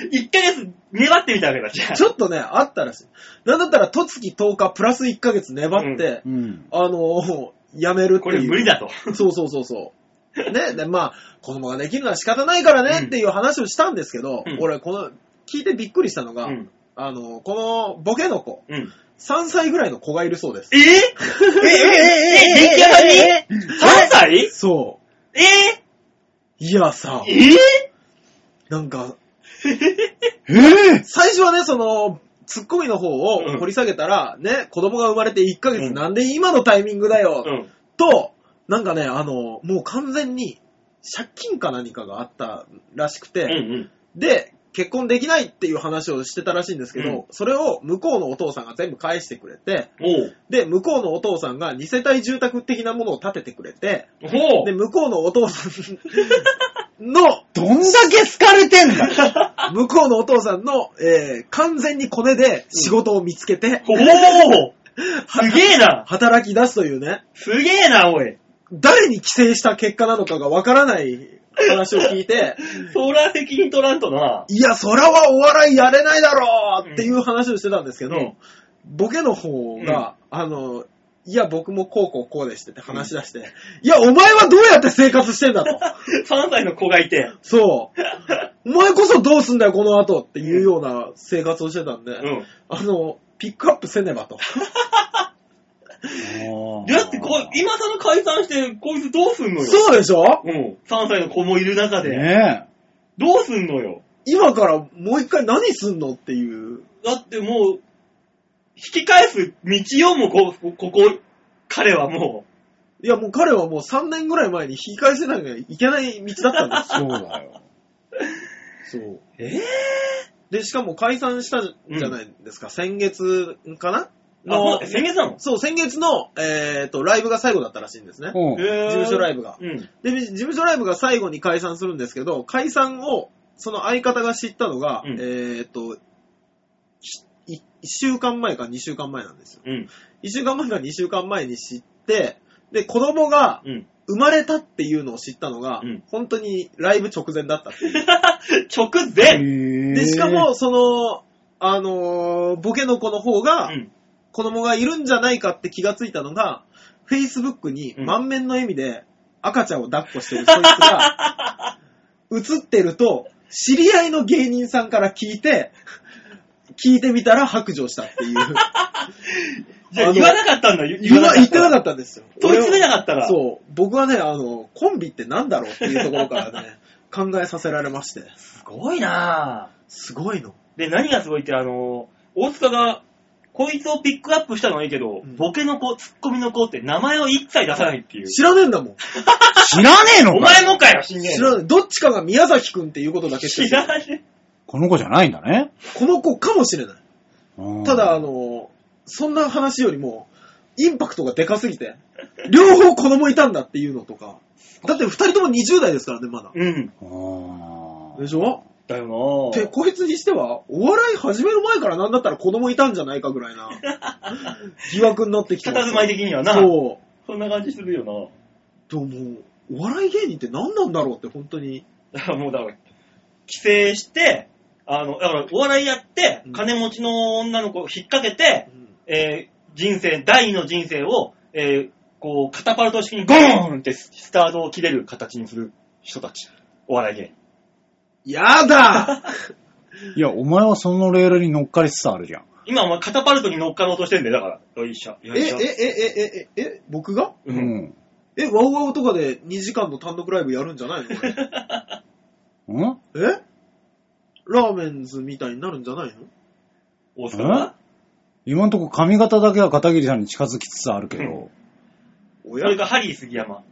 いっかげつ粘ってみたわけだじゃん。 ちょっとね、あったらしい。なんだったら、とつきとおかプラスいっかげつ粘って、うん、あの、やめるっていう。 これ無理だと。 そうそうそうそう。ね、で、まあ、子供ができるのは仕方ないからねっていう話をしたんですけど、うん、俺、この、聞いてびっくりしたのが、うんあの、このボケの子、うん、さんさいぐらいの子がいるそうです。 えー、ええええ電気屋さんに ?さん 歳そう。 えー、 いやさ、 えー、 なんか、 えー、 最初はね、その、 ツッコミの方を掘り下げたら、うん、ね、子供が生まれていっかげつ、うん、なんで今のタイミングだよ、うん、と、なんかね、あの、もう完全に借金か何かがあったらしくて、うんうん、で、結婚できないっていう話をしてたらしいんですけど、うん、それを向こうのお父さんが全部返してくれて、で、向こうのお父さんがに世帯住宅的なものを建ててくれて、で、向こうのお父さんの、 どんだけ好かれてんだ向こうのお父さんの、えー、完全にコネで仕事を見つけて、 うん、おーすげえな働き出すというね。 すげえな、おい。 誰に寄生した結果なのかがわからない話を聞いて、 そら責任取らんとな。 いや、そらはお笑いやれないだろうっていう話をしてたんですけど、うん、ボケの方が、うん、あの、いや、僕もこうこうこうでしてって話し出して、うん、いや、お前はどうやって生活してんだと。 さんさいの子がいて。 そう。お前こそどうすんだよ、この後っていうような生活をしてたんで、うん、あの、ピックアップせねばと。 だってこ、今さら解散して、こいつどうすんのよ。 そうでしょ？ うん。さんさいの子もいる中で。 ねえ。 どうすんのよ。 今からもう一回何すんのっていう。 だってもう、引き返す道をもこ、ここ、彼はもう。いやもう彼はもうさんねんぐらい前に引き返せなきゃいけない道だったんです。 そうだよ。 そう。えぇ、ー、で、しかも解散したじゃないですか。うん、先月かなの、あ、先月なの？ そう、先月の、えーと、ライブが最後だったらしいんですね。うん、事務所ライブが、うん。で、事務所ライブが最後に解散するんですけど、解散を、その相方が知ったのが、うん、えーと、いっしゅうかんまえかにしゅうかんまえなんですよ。うん、いっしゅうかんまえかにしゅうかんまえに知って、で、子供が生まれたっていうのを知ったのが、うん、本当にライブ直前だったっていう。 直前で、しかも、その、あのー、ボケの子の方が、うん子供がいるんじゃないかって気がついたのが、Facebook に満面の笑みで赤ちゃんを抱っこしてるそいつが映ってると、知り合いの芸人さんから聞いて、聞いてみたら白状したっていう。 じゃあ言わなかったんだよ。 言わ言ってなかったんですよ。 問い詰めなかったら。 そう。僕はね、あの、コンビってなんだろうっていうところからね、考えさせられまして。 すごいなぁ。 すごいの。 で、何がすごいって、あの、大塚が、こいつをピックアップしたのはいいけど、うん、ボケの子、ツッコミの子って名前を一切出さないっていう。 知らねえんだもん。 知らねえのかお前もかよ、知んねえ。 知らねえ。どっちかが宮崎くんっていうことだけ知らない。 この子じゃないんだね。 この子かもしれない。ただ、あの、そんな話よりも、インパクトがでかすぎて、両方子供いたんだっていうのとか。だって二人ともにじゅう代ですからね、まだ。うん。でしょだよなぁ。 で、こいつにしては、お笑い始める前からなんだったら子供いたんじゃないかぐらいな疑惑になってきてます。 佇まい的にはな。そう。そんな感じするよな。 でももう、お笑い芸人って何なんだろうって本当に。 もうだから、帰省して、あの、だからお笑いやって、うん、金持ちの女の子を引っ掛けて、うん、えー、人生、第二の人生を、えー、こう、カタパルト式にゴーンってスタートを切れる形にする人たち。お笑い芸人。 やだいや、お前はそのレールに乗っかりつつあるじゃん。 今お前カタパルトに乗っかろうとしてんだよ、だから。よいしょ。 え、え、え、え、え、え、僕がうん。え、ワウワウとかでにじかんの単独ライブやるんじゃないのんえラーメンズみたいになるんじゃないの大塚は今んとこ髪型だけは片桐さんに近づきつつあるけど。 うん、それがハリー杉山。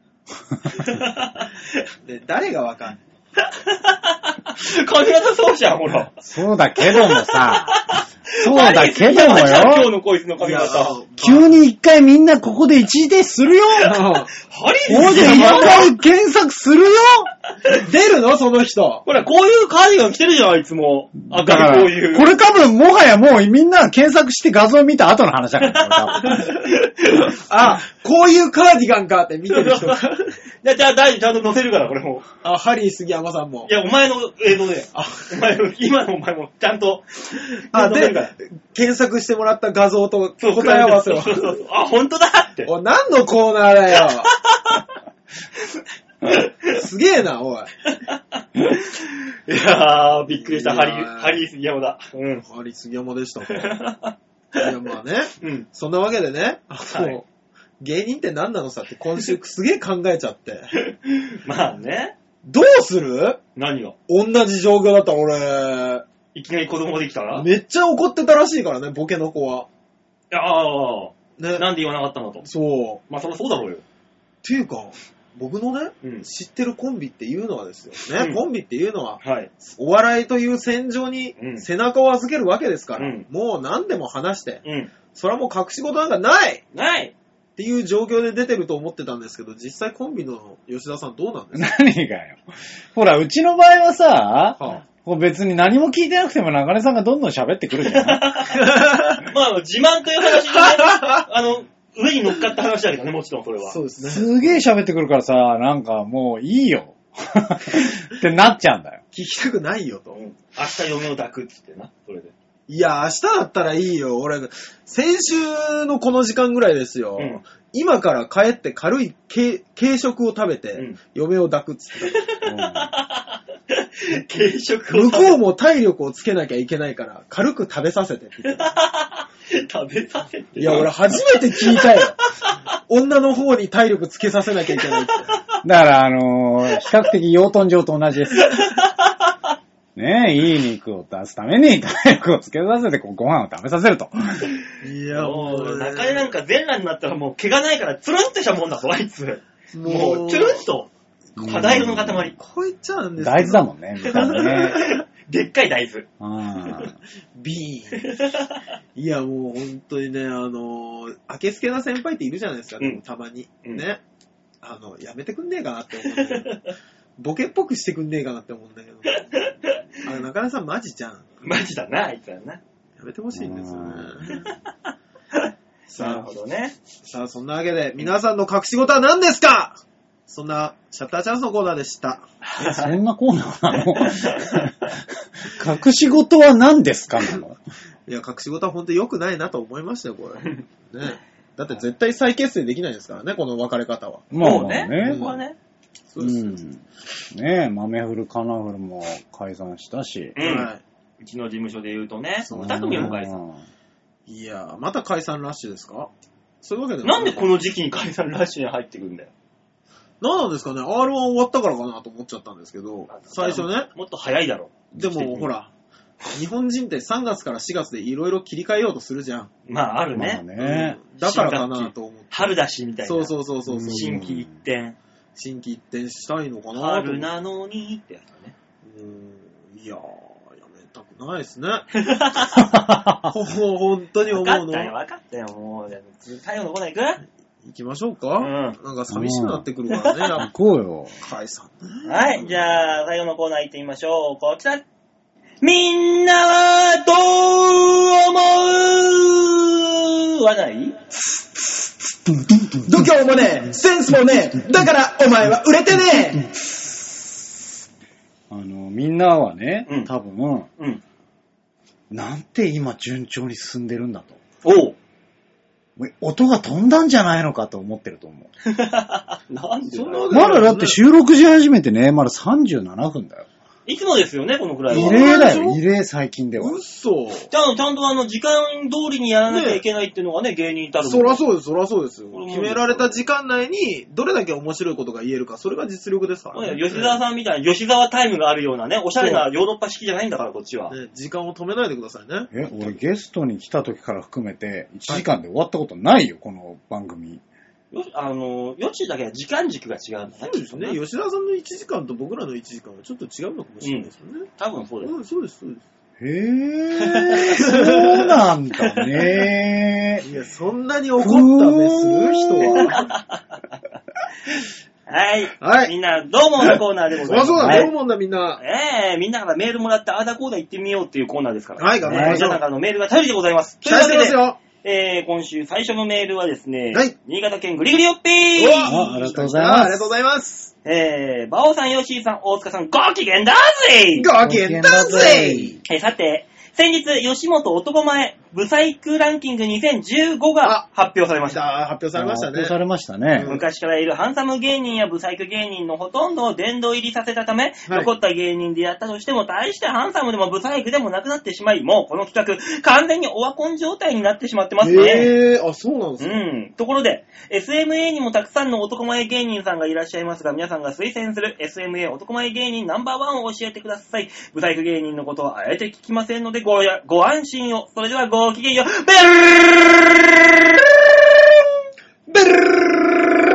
で、誰がわかんない髪型そうじゃん、ほら。 そうだけどもさ。そうだけどもよ。 今日のこいつの髪型。 急に一回みんなここで一時停止するよ。 ハリーここで一回検索するよ。 出るのその人。 ほら、こういうカーディガン着てるじゃん、いつも。 だからこういう。これ多分もはやもうみんな検索して画像見た後の話だから。 あ、こういうカーディガンかって見てる人が。 じゃあ、じゃあ、大ちゃんと載せるから、これも。 あ、ハリー杉山さんも。 いや、お前の映像で。あ、お前の、今のお前も、ちゃんと。 あ、で、検索してもらった画像と答え合わせを。 そうそうそう。あ、ほんとだって。 お、何のコーナーだよ。すげえな、おい。 いやー、びっくりした。ハリー、ハリー杉山だ。 うん。ハリー杉山でしたか。いや、まあね。うん。そんなわけでね、あの、はい、芸人って何なのさって今週すげえ考えちゃって。 まあね。 どうする？ 何が？ 同じ状況だったら俺。 いいきなり子供ができたらめっちゃ怒ってたらしいからね、ボケの子は。 ああ、 ね。 なんで言わなかったのと。 そう。 まあそりゃそうだろうよ。 っていうか、僕のね、 うん、 知ってるコンビっていうのはですよ。ね、 うん、 コンビっていうのは、 はい、 お笑いという戦場に背中を預けるわけですから、うん、もう何でも話して、うん、それはもう隠し事なんかないないっていう状況で出てると思ってたんですけど、実際コンビの吉田さんどうなんですか？ 何がよ。ほら、うちの場合はさ、はあ、別に何も聞いてなくても中根さんがどんどん喋ってくるじゃん。まあ、自慢という話でね、あの、上に乗っかった話だけどね、もちろんそれは。 そうですね。 すげえ喋ってくるからさ、なんかもういいよ。ってなっちゃうんだよ。 聞きたくないよと。 うん、明日嫁を抱くっつってな、それで。 いや、明日だったらいいよ。俺、先週のこの時間ぐらいですよ。うん、今から帰って軽い軽食を食べて、うん、嫁を抱くっつってた。 うん、軽食を向こうも体力をつけなきゃいけないから、軽く食べさせてって言ってた。 食べさせて。 いや、俺初めて聞いたよ。女の方に体力つけさせなきゃいけないって。 だから、あのー、比較的養豚場と同じです。ねえ、いい肉を出すために体力をつけさせてご飯を食べさせると。 いや、もう、 中でなんか全裸になったらもう毛がないからつるんとしたもんだぞ、あいつ。もう、つるんと。肌色の塊。 こういっちゃうんです大豆だもんね、見た目ね。 でっかい大豆。 ビーン。いや、もう本当にね、あの、あけすけな先輩っているじゃないですか、うん、たまに。うん、ね。あの、やめてくんねえかなって思うんだけど。ボケっぽくしてくんねえかなって思うんだけど。あれ、中根さんマジじゃん。 マジだな、あいつはな。 やめてほしいんですよね。 なるほどね。 さあ、そんなわけで、皆さんの隠し事は何ですか？そんな、シャッターチャンスのコーナーでした。 え、そんなコーナーなの？隠し事は何ですかなの？ いや、隠し事は本当に良くないなと思いましたよ、これ。ね。だって絶対再結成できないですからね、この別れ方は。 まあね。 ね。ここはね。 そうです。うん、ねえ、豆フル、カナフルも解散したし。 うん。はい、うちの事務所で言うとね、二組も解散。 いやー、また解散ラッシュですか？そういうわけでなんでこの時期に解散ラッシュに入ってくるんだよ。 何なんですかね？ アールワン 終わったからかなと思っちゃったんですけど、最初ね。 もっと早いだろ。 でも、ほら、日本人ってさんがつからしがつでいろいろ切り替えようとするじゃん。 まあ、あるね。 まあね、うん、だからかなと思って。 春だし、みたいな。 そうそうそうそう。 新規一転。 新規一転したいのかなと。 春なのにってやつだね。 うーん、いやー、やめたくないですね。本当に思うの。 分かったよ、分かったよ、もう。最後のコーナー行く？ 行きましょうか、うん、なんか寂しくなってくるからね。 行こうよ。 解散ね。 はい、じゃあ、最後のコーナー行ってみましょう。こちら。みんなはどう思うはない度胸もねえ、センスもねえ、だからお前は売れてねえ。 あの、みんなはね、うん、多分、 うん、 なんて今順調に進んでるんだと。 おう。 音が飛んだんじゃないのかと思ってると思う。 なんでだよ。まだだって収録し始めてね、まださんじゅうななふんだよ。 いつもですよね、このくらいは。 異例だよ、異例最近では。 嘘。 ちゃんと、ちゃんとあの、時間通りにやらなきゃいけないっていうのがね、ね芸人たるもん。 そらそうです、そらそうですよ。決められた時間内に、どれだけ面白いことが言えるか、それが実力ですからね。 吉沢さんみたいな、吉沢タイムがあるようなね、おしゃれなヨーロッパ式じゃないんだから、こっちは。 ね、時間を止めないでくださいね。 え、俺ゲストに来た時から含めて、いちじかんで終わったことないよ、この番組。 よあの、よちだけは時間軸が違うんだね。 そうですね。吉田さんのいちじかんと僕らのいちじかんはちょっと違うのかもしれないですよね。うん、 多分そうです。 うん、そうです、そうです。 へぇー、そうなんだね。 いや、そんなに怒った目する人は。 はい。 はい。 みんな、どうものコーナーでございます。 あ、そうだ、どうもんだみんな。 ええー、みんなからメールもらってあーだこーだ言ってみようっていうコーナーですから。 はい、頑張りましょう。 皆さんからのメールが頼りでございます。 期待してますよ。 えー、今週最初のメールはですね、 はい。 新潟県グリグリよっぴーあ、ありがとうございます。 ありがとうございます。 えー、バオさん、ヨッシーさん、大塚さん、ご機嫌だぜご機嫌だぜえー、さて、 先日、吉本男前、ブサイクランキングにせんじゅうごが発表されました。 発表されましたね。 発表されましたね。 昔からいるハンサム芸人やブサイク芸人のほとんどを殿堂入りさせたため、はい、残った芸人でやったとしても、大してハンサムでもブサイクでもなくなってしまい、もうこの企画、完全にオワコン状態になってしまってますね。 へー、あ、そうなんですか。 うん。ところで、エスエムエー にもたくさんの男前芸人さんがいらっしゃいますが、皆さんが推薦する エスエムエー 男前芸人ナンバーワンを教えてください。ブサイク芸人のことはあえて聞きませんのでごや、ご安心を。それではごきげんよう。ベルベル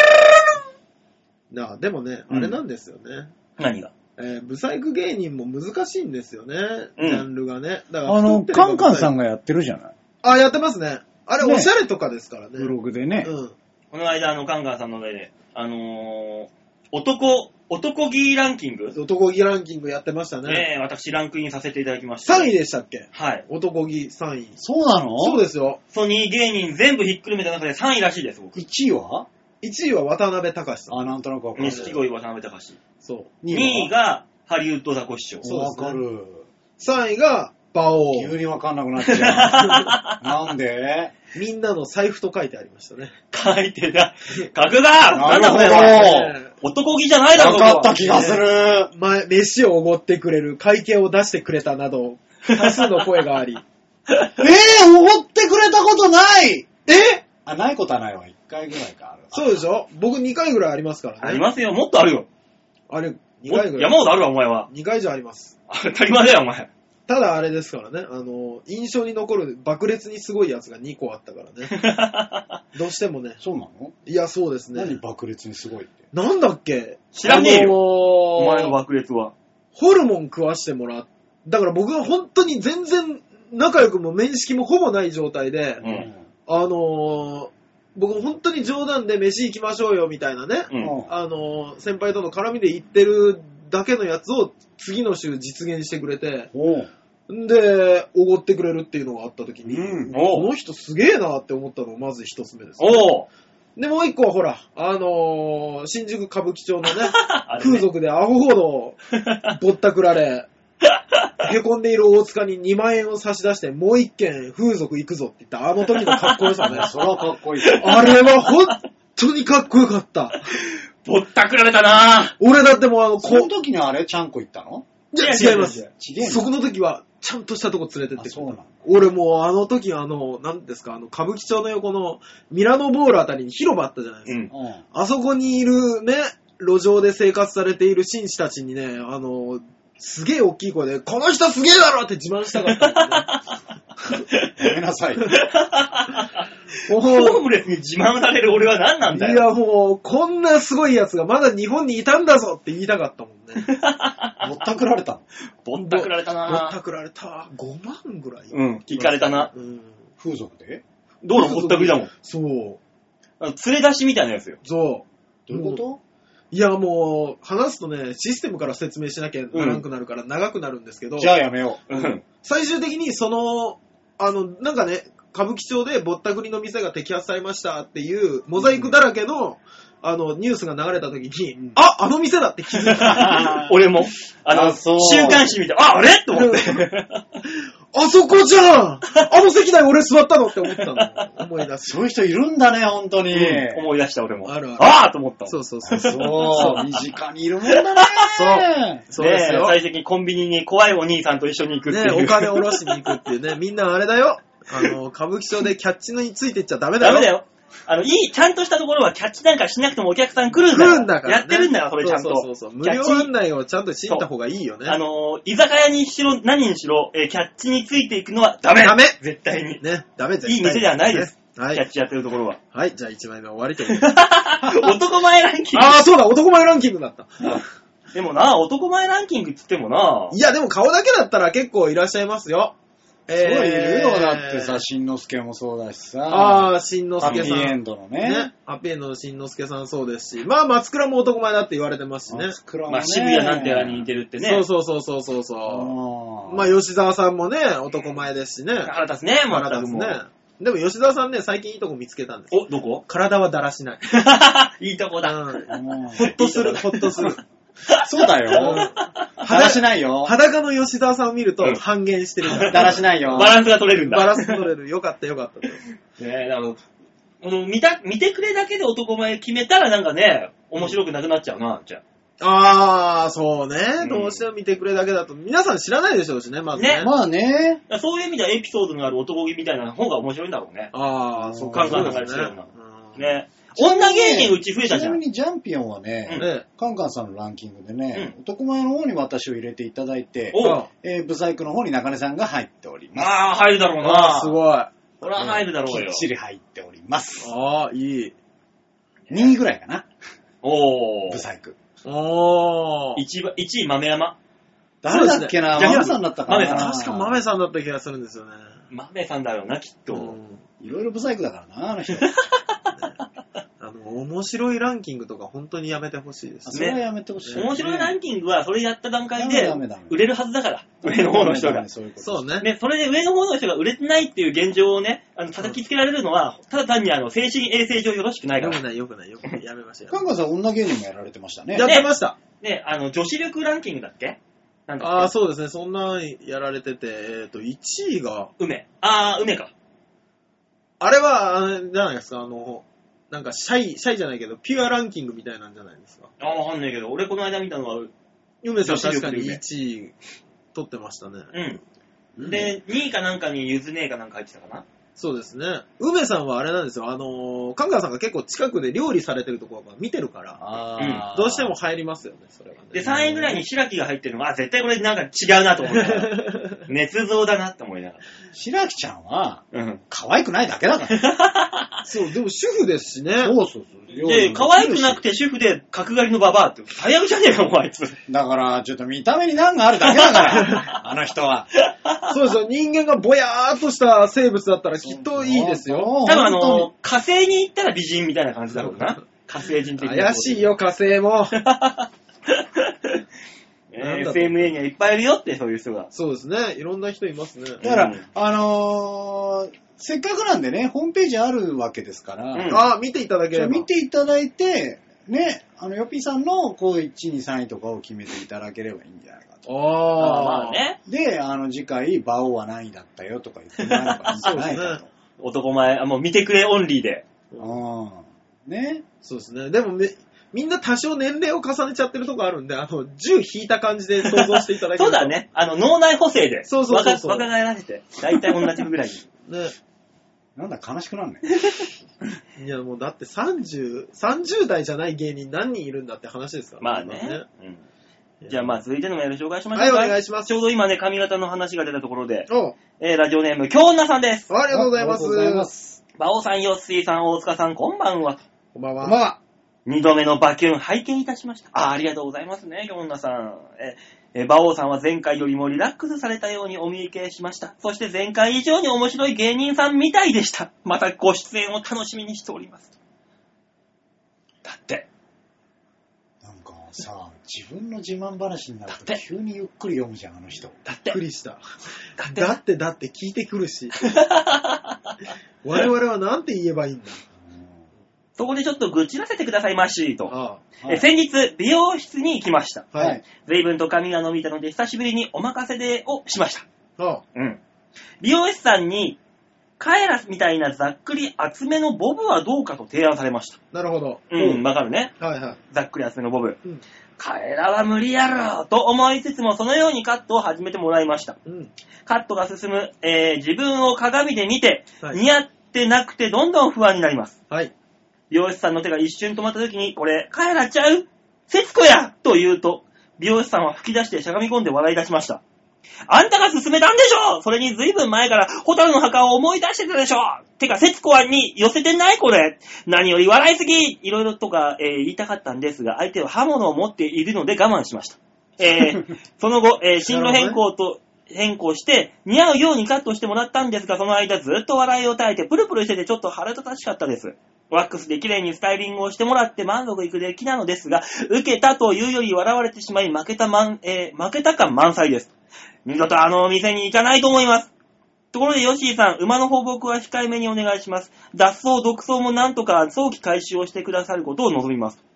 なあ、でもね、あれなんですよね。 うん、何がえー、ブサイク芸人も難しいんですよね。 うん、 ジャンルがね。だからあの、カンカンさんがやってるじゃない。 あ、やってますね。あれ、ね、おしゃれとかですからね。 ブログでね。 うん。 この間、あの、カンカンさんの上で、あのー、男、男気ランキング男気ランキングやってましたね。 ねえ、私ランクインさせていただきました。 さんいでしたっけ？ はい。 男気さんい。 そうなの？ そうですよ。 ソニー芸人全部ひっくるめた中でさんいらしいです、僕。 いちいはいちいは渡辺隆さん。 あ、なんとなくわかる。 錦鯉渡辺隆。 そう。 にいがハリウッドザコシショウ。 そうですね。 わかる。 さんいが馬王。 急にわかんなくなっちゃう。なんで？ みんなの財布と書いてありましたね。 書いてた。書くな！ なるほど。 男気じゃないだろ、 わかった気がする。 前、飯をおごってくれる、会計を出してくれたなど、多数の声があり。 えー、おごってくれたことないえあ、ないことはないわ。いっかいぐらいかある。 そうでしょ？僕にかいぐらいありますからね。 ありますよ。もっとあるよ。 あれ、にかいぐらい。 山ほどあるわ、お前は。 にかい以上あります。 当たり前だよ、お前。 ただあれですからね、あの、印象に残る爆裂にすごいやつがにこあったからね。どうしてもね。 そうなの？ いや、そうですね。 何爆裂にすごいって。 なんだっけ？ 知らねえよ。 あのー、 お前の爆裂は。 ホルモン食わしてもらう。だから僕は本当に全然仲良くも面識もほぼない状態で、 うん、 あのー、僕本当に冗談で飯行きましょうよみたいなね、うん、あのー、先輩との絡みで言ってるだけのやつを次の週実現してくれて、で、おごってくれるっていうのがあった時に、うん、この人すげえなって思ったのがまず一つ目です、ね。 おで、もう一個はほら、あのー、新宿歌舞伎町のね、ね風俗でアホほどぼったくられ、へこんでいる大塚ににまん円を差し出して、もう一軒風俗行くぞって言ったあの時のかっこよさね。 それはかっこいい。 あれは本当にかっこよかった。 ぼったくられたなぁ。 俺だってもうあの、 この時にあれちゃんこ行ったの？ いや、違います。そこの時は、ちゃんとしたとこ連れてってくれた。俺もうあの時あの、なんですか、あの、歌舞伎町の横のミラノボールあたりに広場あったじゃないですか。うん、あそこにいるね、路上で生活されている紳士たちにね、あの、すげえ大きい声で、この人すげえだろって自慢したかったんですね。やめなさい。 ホームレスに自慢される俺は何なんだよ。 いやもう、こんなすごいやつがまだ日本にいたんだぞって言いたかったもんね。 ぼったくられたの？ ぼったくられたなぼったくられた。ごまんぐらい。 うん、聞かれたな。 うん、風俗で？ どうのぼったくりだもん。 そう。 あの連れ出しみたいなやつよ。 そう。どういうこと？ いやもう、話すとね、システムから説明しなきゃならなくなるから長くなるんですけど。 うん、じゃあやめよう。 うん。 最終的にその、あの、なんかね、歌舞伎町でぼったくりの店が摘発されましたっていうモザイクだらけの、うん、あの、ニュースが流れた時に、うん、あ、あの店だって気づいた。 俺も、あの、週刊誌見て、あ、あれと思って。 あそこじゃんあの席台俺座ったのって思ったの。思い出す。 そういう人いるんだね、本当に。うん、 思い出した俺も。 あるある。 ああと思った。 そうそうそう。 そう。身近にいるもんだね。 そう。そうですよ。 最終的にコンビニに怖いお兄さんと一緒に行くっていう。 ね、お金下ろしに行くっていうね。みんなあれだよ。あの、歌舞伎町でキャッチについてっちゃダメだよ。 ダメだよ。あの、いい、ちゃんとしたところはキャッチなんかしなくてもお客さん来るんだよ。 来るんだから、ね。 やってるんだよ、それちゃんと。 そうそうそう。無料案内をちゃんと知った方がいいよね。 あのー、居酒屋にしろ、何にしろ、えー、キャッチについていくのはダメ。 ダメ絶対に。 ね、ダメ絶対に。 いい店ではないです。 はい。 キャッチやってるところは。 はい、じゃあいちまいめ終わりという。 男前ランキング。 ああ、そうだ、男前ランキングだった。 でもな、男前ランキングっつってもな。 いや、でも顔だけだったら結構いらっしゃいますよ。 えー、すごいいるよ、だってさ、しんのすけもそうだしさ。 ああ、しんのすけさん。 ハッピーエンドのね。ね。 ハッピーエンドのしんのすけさんそうですし。まあ、松倉も男前だって言われてますしね。 松倉もね。 まあ、渋谷なんてやらに似てるってね。 そうそうそうそうそうそう。まあ、吉沢さんもね、男前ですしね。 腹立つね、 腹立つね。でも吉沢さんね、最近いいとこ見つけたんです。 お、どこ？ 体はだらしない。 いいとこだ。 うん、ほっとする、ほっとする。 そうだよ。 だらしないよ。 裸の吉沢さんを見るとうん半減してるから。 だらしないよ。 バランスが取れるんだ。 バランス取れる。よかったよかった。 ねえ、だから、この見た、見てくれだけで男前決めたらなんかね、面白くなくなっちゃうな、じゃあー、そうね、 うん。 どうしても見てくれだけだと、皆さん知らないでしょうしね、まずね。 ねまあね。 あ。そういう意味ではエピソードのある男気みたいな方が面白いんだろうね。 あー、そうカンカンそうですね流れてるような。 うんね。女芸人うち増えたじゃ。 ちなんみにジャンピオンはね、 うんねカンカンさんのランキングでね、男前の方に私を入れていただいて、 おえーブサイクの方に中根さんが入っております。 まあ、入るだろうあな。 ー、すごい。あこれは入るだろうよきっ。ちり入っております。 ー、いい。 にいぐらいかな、 おー。 ブサイク。 おー。 いちい、いちい豆山。 誰だっけな、 そうですねマメさんだったかな。 マメさん確か豆さんだった気がするんですよね。 豆さんだよな、きっと。 うんいろいろブサイクだからな、あの人。 あの、面白いランキングとか本当にやめてほしいですね。 それはやめてほしい、 面白いランキングは、それやった段階ダでメダメダメ、 売れるはずだから。上の方の人がダメダメ。そういうことそうね。 ね、それで上の方の人が売れてないっていう現状をね、あの、叩きつけられるのは、ただ単にあの、精神衛生上よろしくないから。 よくないよくないよくない。やめましょう。 カンカンさん女芸人もやられてましたね。 やってました。 ね、あの、女子力ランキングだっけなんだっけああ、そうですね。そんなやられてて、えっと、いちいが、 梅。あー、梅か。 あれは、あれじゃないですか、あの、なんかシャイ、シャイじゃないけど、ピュアランキングみたいなんじゃないですか。 あー、わかんないけど、俺この間見たのは、 梅さん女子力確かにでいちい取ってましたね。 うん。で、にいかなんかにゆずねえかなんか入ってたかな。 そうですね。梅さんはあれなんですよ。あのー、カンカンさんが結構近くで料理されてるところが見てるから、 あーどうしても入りますよね、それはね。 で、さんいぐらいに白木が入ってるのが、あ、絶対これなんか違うなと思ったら、捏造だなって思いながら。 白木ちゃんは、 うん。 可愛くないだけだから。 そう、でも主婦ですしね。 そうそうそう。 で、可愛くなくて主婦で角刈りのババアって、最悪じゃねえか、もうあいつ。 だから、ちょっと見た目に難があるだけだから、あの人は。 そうですよ。人間がぼやーっとした生物だったらきっといいですよ。 多多分あの、火星に行ったら美人みたいな感じだろうな。火星人的な。 怪しいよ、火星も。 えー。エスエムエー にはいっぱいいるよって、そういう人が。 そうですね。いろんな人いますね。 だから、 うんあのー、せっかくなんでね、ホームページあるわけですから、 うんあ、見ていただければ。 見ていただいて、ね、あの、ヨピーさんの、こう、いちい、にさんいとかを決めていただければいいんじゃないかと。 ああ。 まあね。 で、あの、次回、馬王は何位だったよとか言ってもらえればいいんじゃないかと。 男前、あもう見てくれオンリーで。 うん。ね。 そうですね。でもめ、みんな多少年齢を重ねちゃってるとこあるんで、あの、じゅう引いた感じで想像していただけると。 そうだ。ね。あの、脳内補正で。 そうそうそうそう若若返らせて。大体同じぐらいに。 ね。 なんだ、悲しくなるね。 いや、もうだってさんじゅう、さんじゅう代じゃない芸人何人いるんだって話ですからまあね。うん、じゃあまあ続いてのメール紹介しましょうか。 はい、お願いします。 ちょうど今ね、髪型の話が出たところで、 おえー、ラジオネーム、京女さんです。 ありがとうございます。 ありがとうございます。 バオさん、ヨッシーさん、大塚さん、こんばんは。 こんばんは。 こんばんは。 二度目のバキュン拝見いたしました。あありがとうございますね、京女さん。ええー、バオさんは前回よりもリラックスされたようにお見受けしました。そして前回以上に面白い芸人さんみたいでした。またご出演を楽しみにしております。だって。 なんかさ、自分の自慢話になるとだって急にゆっくり読むじゃん、あの人。 だってびっく。りした。 だって。 だってだって聞いてくるし。我々はなんて言えばいいんだ。 そこでちょっと愚痴らせてくださいましと。 あえ先日、美容室に行きました。 あ。はい。 随分と髪が伸びたので、久しぶりにお任せでをしました。 ああ。 うん。美容師さんに、カエラみたいなざっくり厚めのボブはどうかと提案されました。 なるほど。 うん、わかるね。 はいはい。 ざっくり厚めのボブ。 うん。 カエラは無理やろと思いつつも、そのようにカットを始めてもらいました。 うん。 カットが進む、えー自分を鏡で見て、 はい似合ってなくてどんどん不安になります。 はい。 美容師さんの手が一瞬止まった時に、これ、カエラちゃう節子やと言うと、美容師さんは吹き出してしゃがみ込んで笑い出しました。あんたが勧めたんでしょそれに随分前からホタルの墓を思い出してたでしょてか、節子はに寄せてないこれ何より笑いすぎいろいろとか、えー言いたかったんですが、相手は刃物を持っているので我慢しました。えーその後、えー進路変更と、変更して、似合うようにカットしてもらったんですが、その間ずっと笑いを耐えて、プルプルしててちょっと腹立たしかったです。ワックスで綺麗にスタイリングをしてもらって満足いく出来なのですが、受けたというより笑われてしまい、負けた満、えー負けた感満載です。二度とあのお店に行かないと思います。ところで、ヨッシーさん、馬の放牧は控えめにお願いします。脱走、独走もなんとか早期回収をしてくださることを望みます。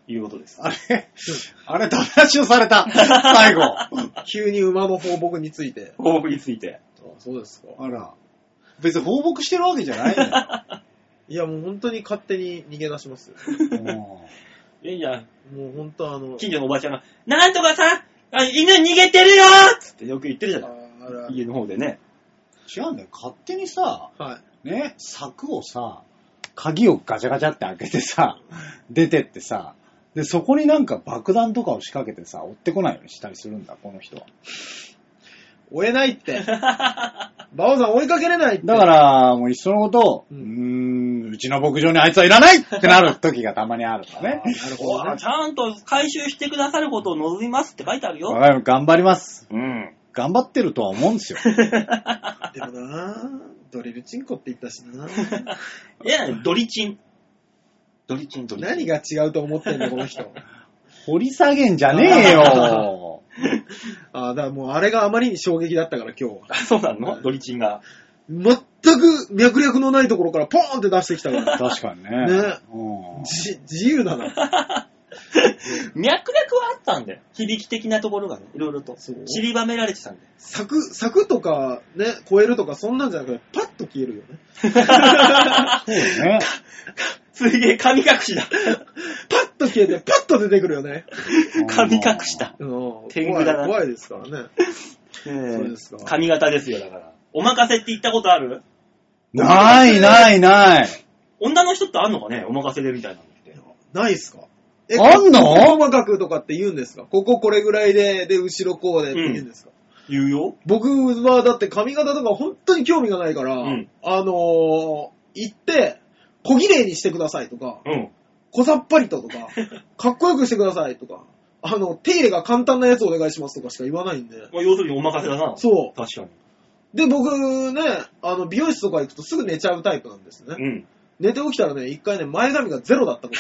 いうことです。 あれあれ、ダメ出しをされた。最後。 急に馬の放牧について。 放牧について。 あ、そうですか。 あら。別に放牧してるわけじゃないんだよ。 いや、もう本当に勝手に逃げ出しますよ。 いいじゃん。 もう本当あの。 近所のおばちゃんが、なんとかさ、あ犬逃げてるよーつってよく言ってるじゃない。家の方でね。 違うんだよ。勝手にさ、 はい、 ね、柵をさ、鍵をガチャガチャって開けてさ、出てってさ、で、そこになんか爆弾とかを仕掛けてさ、追ってこないようにしたりするんだ、この人は。 追えないって。バオさん追いかけれないって。 だから、もういっそのことを、うーん、うちの牧場にあいつはいらないってなる時がたまにあるんだね。 なるほど、ね。 ちゃんと回収してくださることを望みますって書いてあるよ。 頑張ります。 うん。 頑張ってるとは思うんですよ。 でもなぁ、ドリルチンコって言ったしなぁ。 いや、ドリチン。ドリチン、ドリチン。 何が違うと思ってんだ、この人。 掘り下げんじゃねえよ。 ああ、だからもうあれがあまりに衝撃だったから今日は。 あ、そうなの？ドリチンが。 全く脈略のないところからポーンって出してきたから。 確かにね。 ね。 うん、 じ自由だな。 脈略はあったんだよ。響き的なところがね、いろいろと散りばめられてたんだよ。 柵、柵とかね、越えるとかそんなんじゃなくて、パッと消えるよね。 そうね。 すげえ、神隠しだ。 パッと消えて、パッと出てくるよね。 神隠しだ。 天狗だな。怖いですからね。 えー、そうですか。髪型ですよ、だから。お任せって言ったことある？ ないないない。 女の人ってあんのかね、お任せでみたいなのって。 ないっすか？え、 あんの？ 細かくとかって言うんですか？こここれぐらいで、で、後ろこうでって言うんですか？ うん、言うよ。 僕はだって髪型とか本当に興味がないから、うん、あのー、行って、小綺麗にしてくださいとか、うん、小さっぱりととか、かっこよくしてくださいとか、あの、手入れが簡単なやつお願いしますとかしか言わないんで。 まあ、要するにお任せだな。 そう。 確かに。 で、僕ね、あの、美容室とか行くとすぐ寝ちゃうタイプなんですね。うん。寝て起きたらね、一回ね、前髪がゼロだったこと。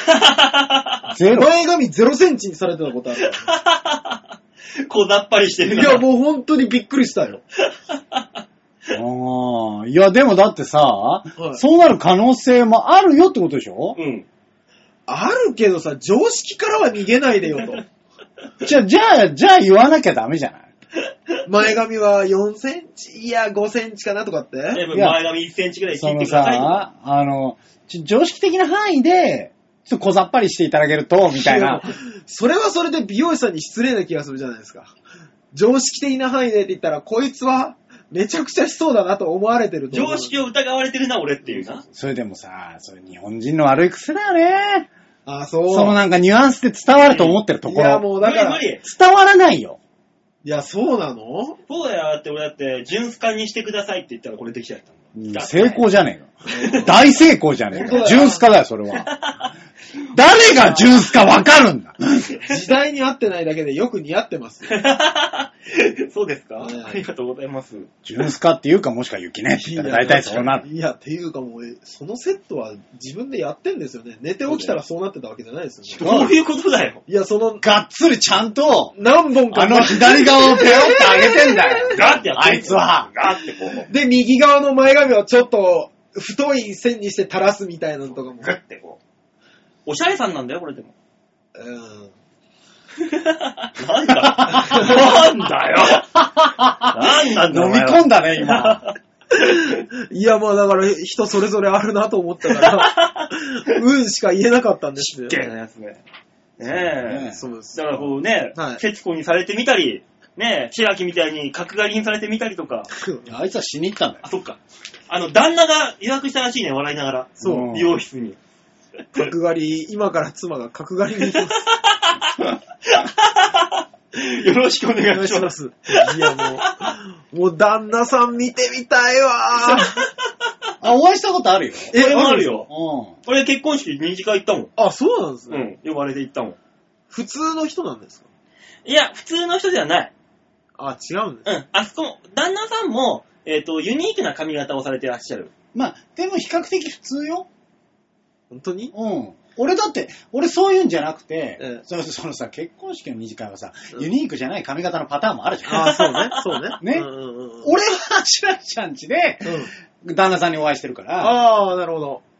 ゼロ？前髪ゼロセンチにされてたことある。 小ざっぱりしてるな。いや、もう本当にびっくりしたよ。 ああ、いや、でもだってさ、はい、そうなる可能性もあるよってことでしょ？うん。 あるけどさ、常識からは逃げないでよと。じゃあ、じゃあ、じゃあ言わなきゃダメじゃない？ 前髪はよんセンチ、いやごセンチかなとかって？ 前髪いっセンチぐらい切ってください。 そのさ、あの、常識的な範囲で、ちょっと小ざっぱりしていただけると、みたいな。 それはそれで美容師さんに失礼な気がするじゃないですか。常識的な範囲でって言ったら、こいつはめちゃくちゃしそうだなと思われてると思う。 常識を疑われてるな、俺っていうな。 それでもさ、それ日本人の悪い癖だよね。 あ、そう。 そのなんかニュアンスで伝わると思ってるところ。いや、 もうだから、 伝わらないよ。 いや、そうなの？ そうだよ、だって俺だって、純スカにしてくださいって言ったらこれできちゃったんだ。 成功じゃねえか。大成功じゃねえか。純スカだよ、それは。誰が純スカわかるんだ。 時代に合ってないだけでよく似合ってます。 そうですか、ね、ありがとうございます。 純スカっていうかもしくは雪ねって言ったら大体そうなる。 いや、っていうかもう、そのセットは自分でやってんですよね。寝て起きたらそうなってたわけじゃないですよね。どういうことだよ。 いや、その、 がっつりちゃんと、 何本か。 あの左側をペロッと上げてんだよ。 ガッてやってあいつは。 ガッてこう。 で、右側の前髪をちょっと、太い線にして垂らすみたいなのとかも。 ガッてこう。おしゃれさんなんだよ、これでも。 うん。 なんだなんだよなんなんだよ飲み込んだね、今。 いや、まあだから人それぞれあるなと思ったから、うんしか言えなかったんですよ。 失敬なやつね。ねえ。 そうです。 だからこうね、節子にされてみたり、ねえ、千秋みたいに角刈りにされてみたりとか。 あいつは死に行ったんだよ。 あ、そっか。あの、旦那が予約したらしいね、笑いながら。 そう。 美容室に。 角刈り、今から妻が角刈りに行きます。 よろしくお願いします。 いやもう、もう旦那さん見てみたいわあ、お会いしたことあるよ。 え、俺もあるよ。 うん。 俺結婚式二次会行ったもん。 あ、そうなんですね。 うん、呼ばれて行ったもん。 普通の人なんですか？ いや、普通の人ではない。 あ、違うんです。 うん、あそこも、旦那さんも、えっと、ユニークな髪型をされてらっしゃる。 まあ、でも比較的普通よ。 本当に？ うん。俺だって、俺そういうんじゃなくて、 ええ、 そのそのさ、結婚式の二次会はさ、うん、ユニークじゃない髪型のパターンもあるじゃん。 ああ、そうね、そうね。 ね、うんうんうん。俺は白石ちゃんちで、うん、旦那さんにお会いしてるから。 ああ、なるほど。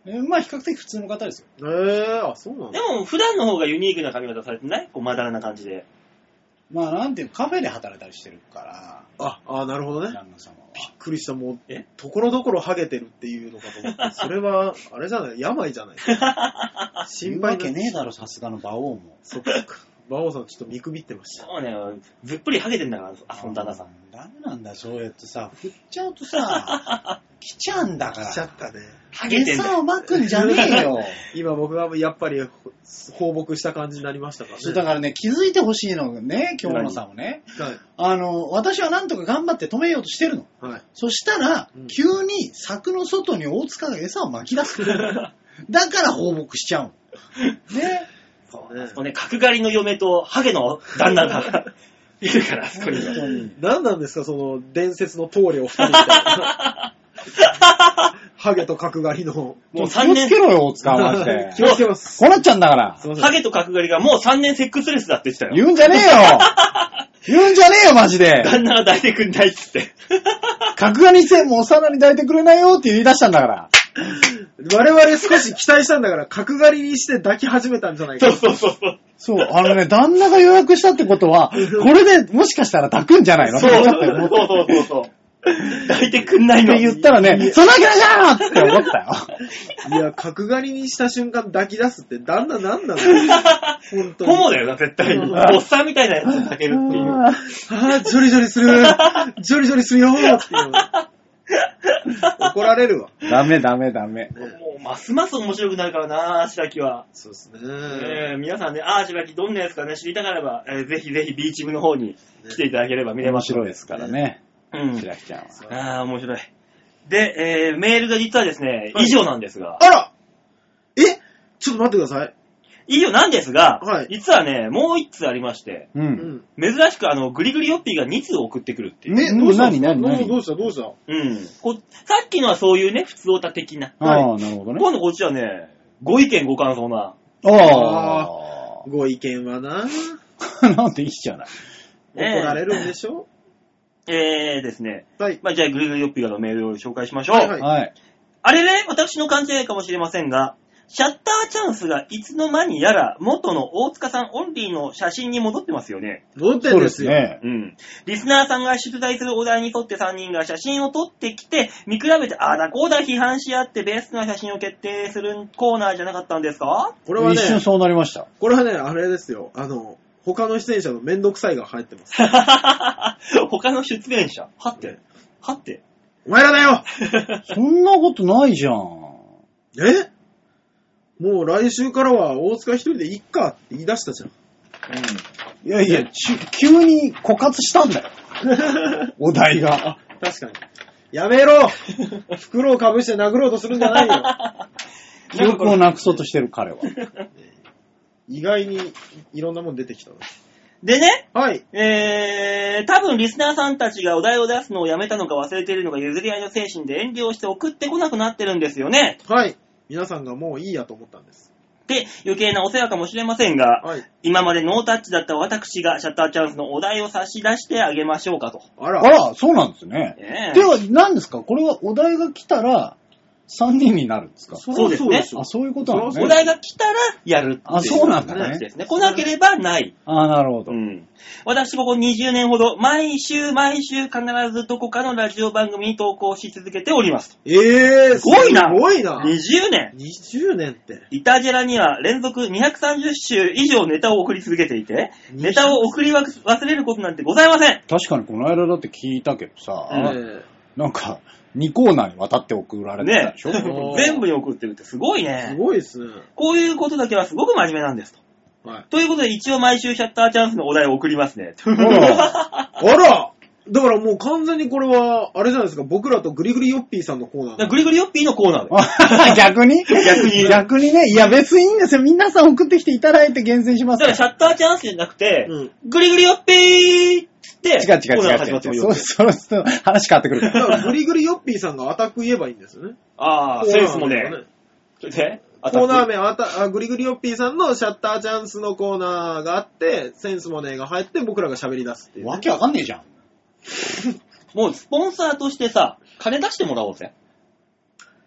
えー、まあ比較的普通の方ですよ。 えー、あ、そうなんだ。 でも、普段の方がユニークな髪型されてないこう、まだらな感じで。 まあなんていうカフェで働いたりしてるから。 あ、あ、なるほどね。 旦那様は。 びっくりした。もう、 えところどころハゲてるっていうのかと思って。それは、あれじゃない、病じゃない。心配言うわけねえだろ、さすがの馬王も。 そっか。馬王さんちょっと見くびってました。 そうね、ずっぷりハゲてんだから、あ、その旦那さん。 ダメなんだ、そうやってさ、振っちゃうとさ、来ちゃうんだから。 来ちゃったね。 ハゲてんだ餌をまくんじゃねえよ。 今僕はやっぱり放牧した感じになりましたからね。 そうだからね、気づいてほしいのがね、京野さんもね。 はい。 あの、私はなんとか頑張って止めようとしてるの。 はい。 そしたら、 うん急に柵の外に大塚が餌を巻き出す。だから放牧しちゃうの。ね。 そうねあそこね、角刈りの嫁とハゲの旦那がいるから、あそこには。 本当に。 何なんですか、その伝説の棟梁二人みたいな。ハゲと角刈りの。 もう気を 3年つけ、ろよ、大塚はマジで。 気をつけます。 こうなっちゃうんだから。 すいません。 ハゲと角刈りがもうさんねんセックスレスだって言ってたよ。 言うんじゃねえよ言うんじゃねえよ、マジで。 旦那が抱いてくんないっつって。 角刈りしてもうさらに抱いてくれないよって言い出したんだから。 我々少し期待したんだから、角刈りにして抱き始めたんじゃないか。 そうそうそうそう。 そう、あのね、旦那が予約したってことは、これでもしかしたら抱くんじゃないのそうってそう思ったそうそうそう。抱いてくんないの。 って言ったらね、そんなわけないじゃんって思ったよ。 いや、角刈りにした瞬間抱き出すって旦那なんなの本当に。 ホモだよな、絶対に。おっさんみたいなやつを抱けるっていう。 ああ、ジョリジョリする。ジョリジョリするよーっていう。怒られるわ。 ダメダメダメ。 もう、ますます面白くなるからな、白木は。 そうですね。 えー、皆さんね、あー、白木どんなやつかね、知りたがれば、えー、ぜひぜひ B チームの方に来ていただければ見れ面ます。 白いですからね。 うん。 白木ちゃんは。 あー、面白い。で、えー、メールが実はですね、以上なんですが。 あらえちょっと待ってください。 以上なんですが、 はい実はね、もう一通ありまして、 う。 うんん。 珍しくあの、グリグリヨッピーがに通送ってくるっていう。 ね、 うんどうしたん何何何どうしたどうしたうん。こさっきのはそういうね、普通オタ的な。 ああ、なるほどね。 今度こっちはね、ご意見ご感想な。 ああ。 ご意見はな、 なんていいじゃない。 怒られるんでしょえーですね。 はい。 まあ、じゃあグリグリヨッピーがのメールを紹介しましょう。 はいはいはい。 あれね、私の勘違いかもしれませんが、シャッターチャンスがいつの間にやら元の大塚さんオンリーの写真に戻ってますよね。 戻ってそうでんですよ。 すね。 うん。リスナーさんが出題するお題に沿ってさんにんが写真を撮ってきて、見比べてああだこうだ批判し合ってベストな写真を決定するコーナーじゃなかったんですかこれはね一、瞬そうなりました。 これはね、あれですよ。あの、他の出演者のめんどくさいが入ってます。 他の出演者はってはってお前らだよそんなことないじゃん。 えもう来週からは大塚一人でいっかって言い出したじゃん。 いやいや、ち急に枯渇したんだよ。お題が。 あ、確かに。やめろ袋をかぶして殴ろうとするんじゃないよ。 記憶をなくそうとしてる彼は。 意外にいろんなもん出てきたの。 でね、 はい。 えー、多分リスナーさんたちがお題を出すのをやめたのか忘れているのか譲り合いの精神で遠慮して送ってこなくなってるんですよね。 はい。皆さんがもういいやと思ったんです。 で、余計なお世話かもしれませんが、 はい。 今までノータッチだった私がシャッターチャンスのお題を差し出してあげましょうかと。 あら。 あら、そうなんですね。 ねえでは、何ですかこれはお題が来たら、さんにんになるんですかそうですねあ、そういうことなんですね。 お題が来たらやるっていうあそうなんだね形ですね。来なければない。 あ、なるほど。 うん。私ここにじゅうねんほど、毎週毎週必ずどこかのラジオ番組に投稿し続けております。 えー、 すごいなすごいな。 にじゅうねん。 にじゅうねんって。 イタジェラには連続にひゃくさんじゅっ週以上ネタを送り続けていて、ネタを送り忘れることなんてございません。 確かにこの間だって聞いたけどさ、 うんなんか、にコーナーにわたって送られてたねでしょ、 全部に送ってるってすごいすね。 ごいですね。 こういうことだけはすごく真面目なんですと。 はい。 ということで一応毎週シャッターチャンスのお題を送りますね。 あらあらだからもう完全にこれは、あれじゃないですか、僕らとグリグリヨッピーさんのコーナー。 グリグリヨッピーのコーナーで。 逆に逆に逆にね。いや、別にいいんですよ。皆さん送ってきていただいて厳選しますだからシャッターチャンスじゃなくて、 うんグリグリヨッピーって、 違う違う違うコーナーが始まってもいいよ違う。そうすると話変わってくるかだら。 からグリグリヨッピーさんがアタック言えばいいんですよね。 ああ、センスもね。でコーナー名はあたあグリグリヨッピーさんのシャッターチャンスのコーナーがあって、センスモネーが入って僕らが喋り出すっていうね、 わけわかんねえじゃん。 もうスポンサーとしてさ、金出してもらおうぜ。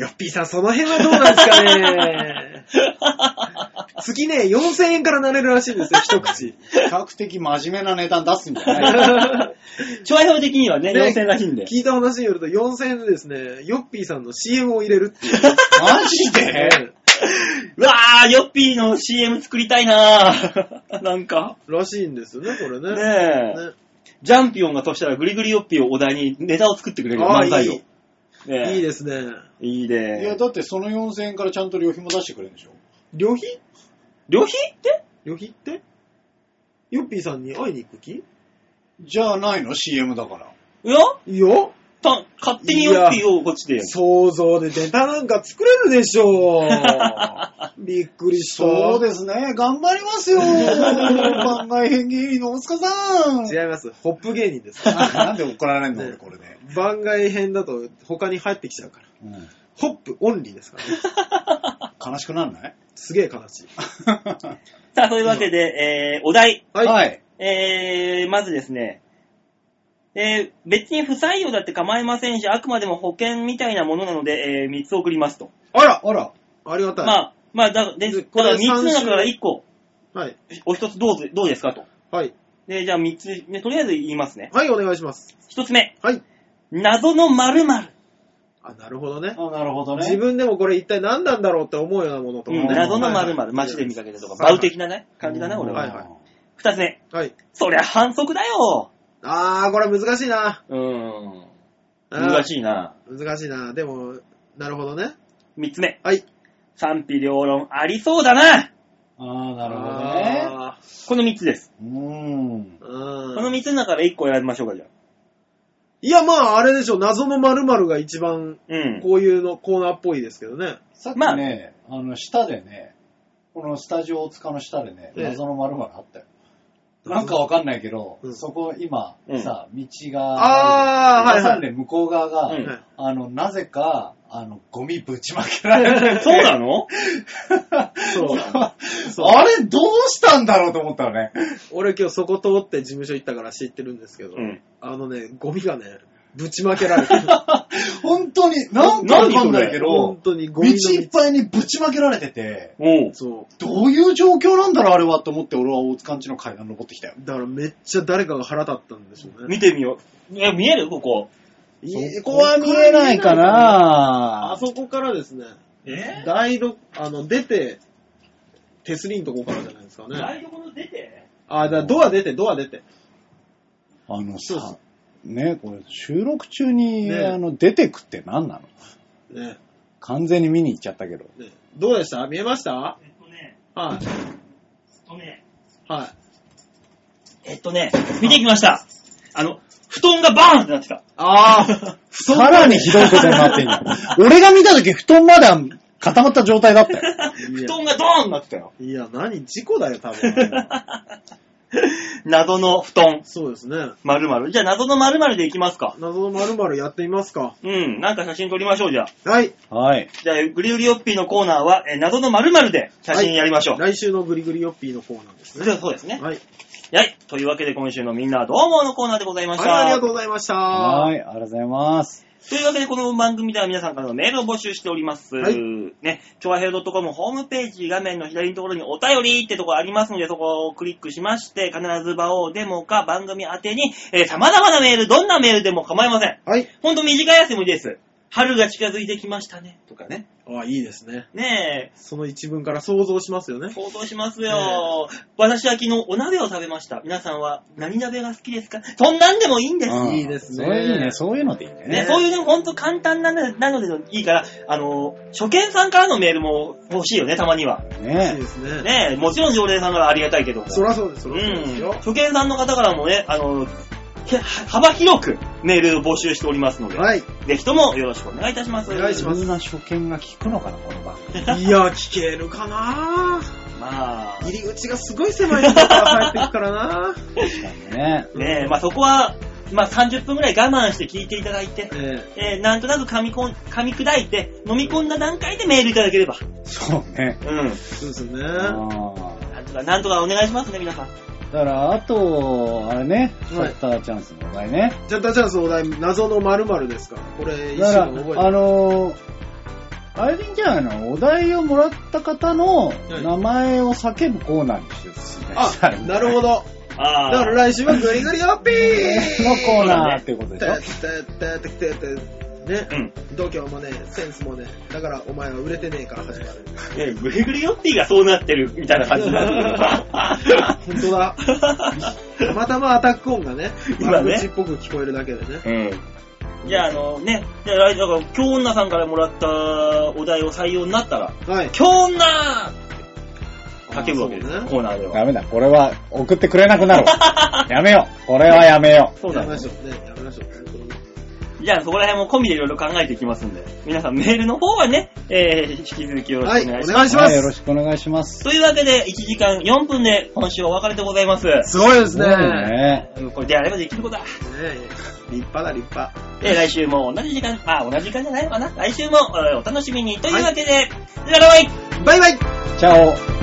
ヨッピーさん、その辺はどうなんですかね。月ね、よんせんえんからなれるらしいんですよ、一口。 比較的真面目な値段出すんじゃない調和表的にはね、よんせんえんらしいんで。 聞いた話によるとよんせんえんでですね、ヨッピーさんの シーエム を入れるっていう。 マジでうわー、ヨッピーの シーエム 作りたいなー。なんか。 らしいんですよね、これね。 ねえ。ね、ジャンピオンがとしたらグリグリヨッピーをお題にネタを作ってくれる漫才を。 いい、ね、いいですね。 いいね。 いや、だってそのよんせんえんからちゃんと旅費も出してくれるんでしょ。 旅費旅費って旅費ってヨッピーさんに会いに行く気じゃあないの ?シーエム だから。 いやいやた勝手にヨッピーをこっちでやる。 想像でネタなんか作れるでしょう。びっくりした。 そうですね。頑張りますよ。番外編芸人の大塚さん。 違います。ホップ芸人です。 なんで怒られんの、ね、これで。 番外編だと他に入ってきちゃうから。うん、ホップオンリーですからね。 悲しくなんない？ すげえ悲しい。 さあ、というわけで、えー、お題。 はい。 えー、まずですね、えー、別に不採用だって構いませんし、あくまでも保険みたいなものなので、えー、みっつ送りますと。 あらあらありがたい。 まあ、まあ、だでこれみっつの中からいっこ、 はい。 お一つどうぞ、どうですかと。 はい。 で、じゃあみっつ、ね、とりあえず言いますね。 はい、お願いします。 ひとつめ。 はい。 謎の〇〇。 あ、なるほどね。 あ、なるほどね。 自分でもこれ一体何なんだろうって思うようなものとか、ね。 うん、謎の〇〇、街で見かけたとか、バウ的なね、感じだね、俺は。はいはい。二つ目。 はい。 そりゃ反則だよ。 あー、これ難しいな。 うーん。難しいな。 難しいな。でも、なるほどね。 三つ目。 はい。 賛否両論ありそうだな。 あー、なるほどね。 この三つです。 うーん。 この三つの中から一個選びましょうか、じゃあ。 いや、まあ、あれでしょ。謎の〇〇が一番、こういうの、コーナーっぽいですけどね。 さっきね、まあ、あの、下でね、このスタジオ大塚の下でね、謎の〇〇あったよ。なんかわかんないけど、うん、そこ今、うん、さ、道が、 ああ、はいはい。 で向こう側が、うん、あの、なぜか、あの、ゴミぶちまけられてそうなのそう。 そうあれ、どうしたんだろうと思ったのね。 俺今日そこ通って事務所行ったから知ってるんですけど、うん、あのね、ゴミがね、ぶちまけられてる。 本当に、なんかわかんないけど、 本当にゴミの道いっぱいにぶちまけられてて、 そう。 どういう状況なんだろうあれはと思って俺は大塚んちの階段登ってきたよ。 だからめっちゃ誰かが腹立ったんでしょうね。 見てみよう。え、見えるここ。 ここは見えないかな。 あそこからですね、 え台所、あの、出て、手すりのとこからじゃないですかね。 台所出てあ、だドア出て、ドア出て。 あのさ、ね、これ収録中に、ね、あの出てくって何なの？ね、完全に見に行っちゃったけど。 ね、どうでした？見えました？ えっとね。 はい。 えっとね。 はい。 えっとね、見てきました。あの、布団がバーンってなってた。 ああ。 さらにひどいことになってんじゃん。俺が見たとき布団まだ固まった状態だったよ。 布団がドーンになってたよ。 いや、何事故だよ、多分。 謎の布団。 そうですね。 〇〇。じゃあ謎の〇〇でいきますか。 謎の〇〇やってみますか。 うん。なんか写真撮りましょう、じゃあ。 はい。 はい。 じゃあ、グリグリヨッピーのコーナーは、えー、謎の〇〇で写真やりましょう、 はい。来週のグリグリヨッピーのコーナーですね。 そうですね。 はい。 はい。というわけで今週のみんなどうものコーナーでございました。 はい、ありがとうございました。 はい、ありがとうございます。 というわけでこの番組では皆さんからのメールを募集しております。はい。ね、ちょわへい .com ホームページ画面の左のところにお便りってところありますので、そこをクリックしまして、必ず場をデモか番組宛てに、えー、様々なメール、どんなメールでも構いません。 はい。 ほんと短いやつでもいいです。春が近づいてきましたね。とかね。 ああ、いいですね。 ねえ。 その一文から想像しますよね。 想像しますよ。ね、私は昨日お鍋を食べました。皆さんは何鍋が好きですか？そんなんでもいいんです。 いいですね。 それいいね。そういうのでいいね。 ね、そういうのほんと簡単なのでいいから、あの、初見さんからのメールも欲しいよね、たまには。 ね欲しいですね。 ねもちろん常連さんからありがたいけども。 そらそうです、そらそうですよ。 うん。初見さんの方からもね、あの、幅広くメールを募集しておりますので、はい、ぜひともよろしくお願いいたします。 お願いします。 そんな初見が聞くのかな、この番組。いや、聞けるかな。 まあ、 入り口がすごい狭いところから入ってくからな。 確かにね。 ねえ、まあそこは、まあさんじゅっぷんくらい我慢して聞いていただいて、えーえー、なんとなく噛みこん、噛み砕いて、飲み込んだ段階でメールいただければ。 そうね。 うん。 そうですね。 なんとか、なんとかお願いしますね、皆さん。 だから、あと、あれね、チャッターチャンスのお題ね。 チャッターチャンスのお題、謎の〇〇ですから。これ、一緒に覚えて。 あのー、 あれでいいんじゃないの？お題をもらった方の名前を叫ぶコーナーにしてですね。 あ、なるほど。あだから来週はグリグリオッピーのコーナーっていうことでしょ。 ね、うん、度胸もね、センスもね、だからお前は売れてねえから始まる。 ね、グリグリヨッピーがそうなってるみたいな感じになってる。 本当だ。たまたまアタック音がね、悪口っぽく聞こえるだけでね。 うん。じゃあ、あのね、じゃあ、だから、京女さんからもらったお題を採用になったら、はい、京女叫ぶわけですね、コーナーでは。 ダメだ、これは送ってくれなくなるわ。やめよう。これはやめよう。 そうなんですよね。やめましょう。 じゃあそこら辺も込みでいろいろ考えていきますんで、皆さんメールの方はね、えー、引き続きよろしくお願いします。はい、お願いします。 はい、よろしくお願いします。 というわけで、いちじかんよんぷんで今週お別れでございます。 すごいですね。 ねこれであればできることだ。ね立派だ、立派。 で、来週も同じ時間、あ、同じ時間じゃないのかな。来週もお楽しみに。というわけで、じゃあバイバイ。 バイバイ。 チャオ。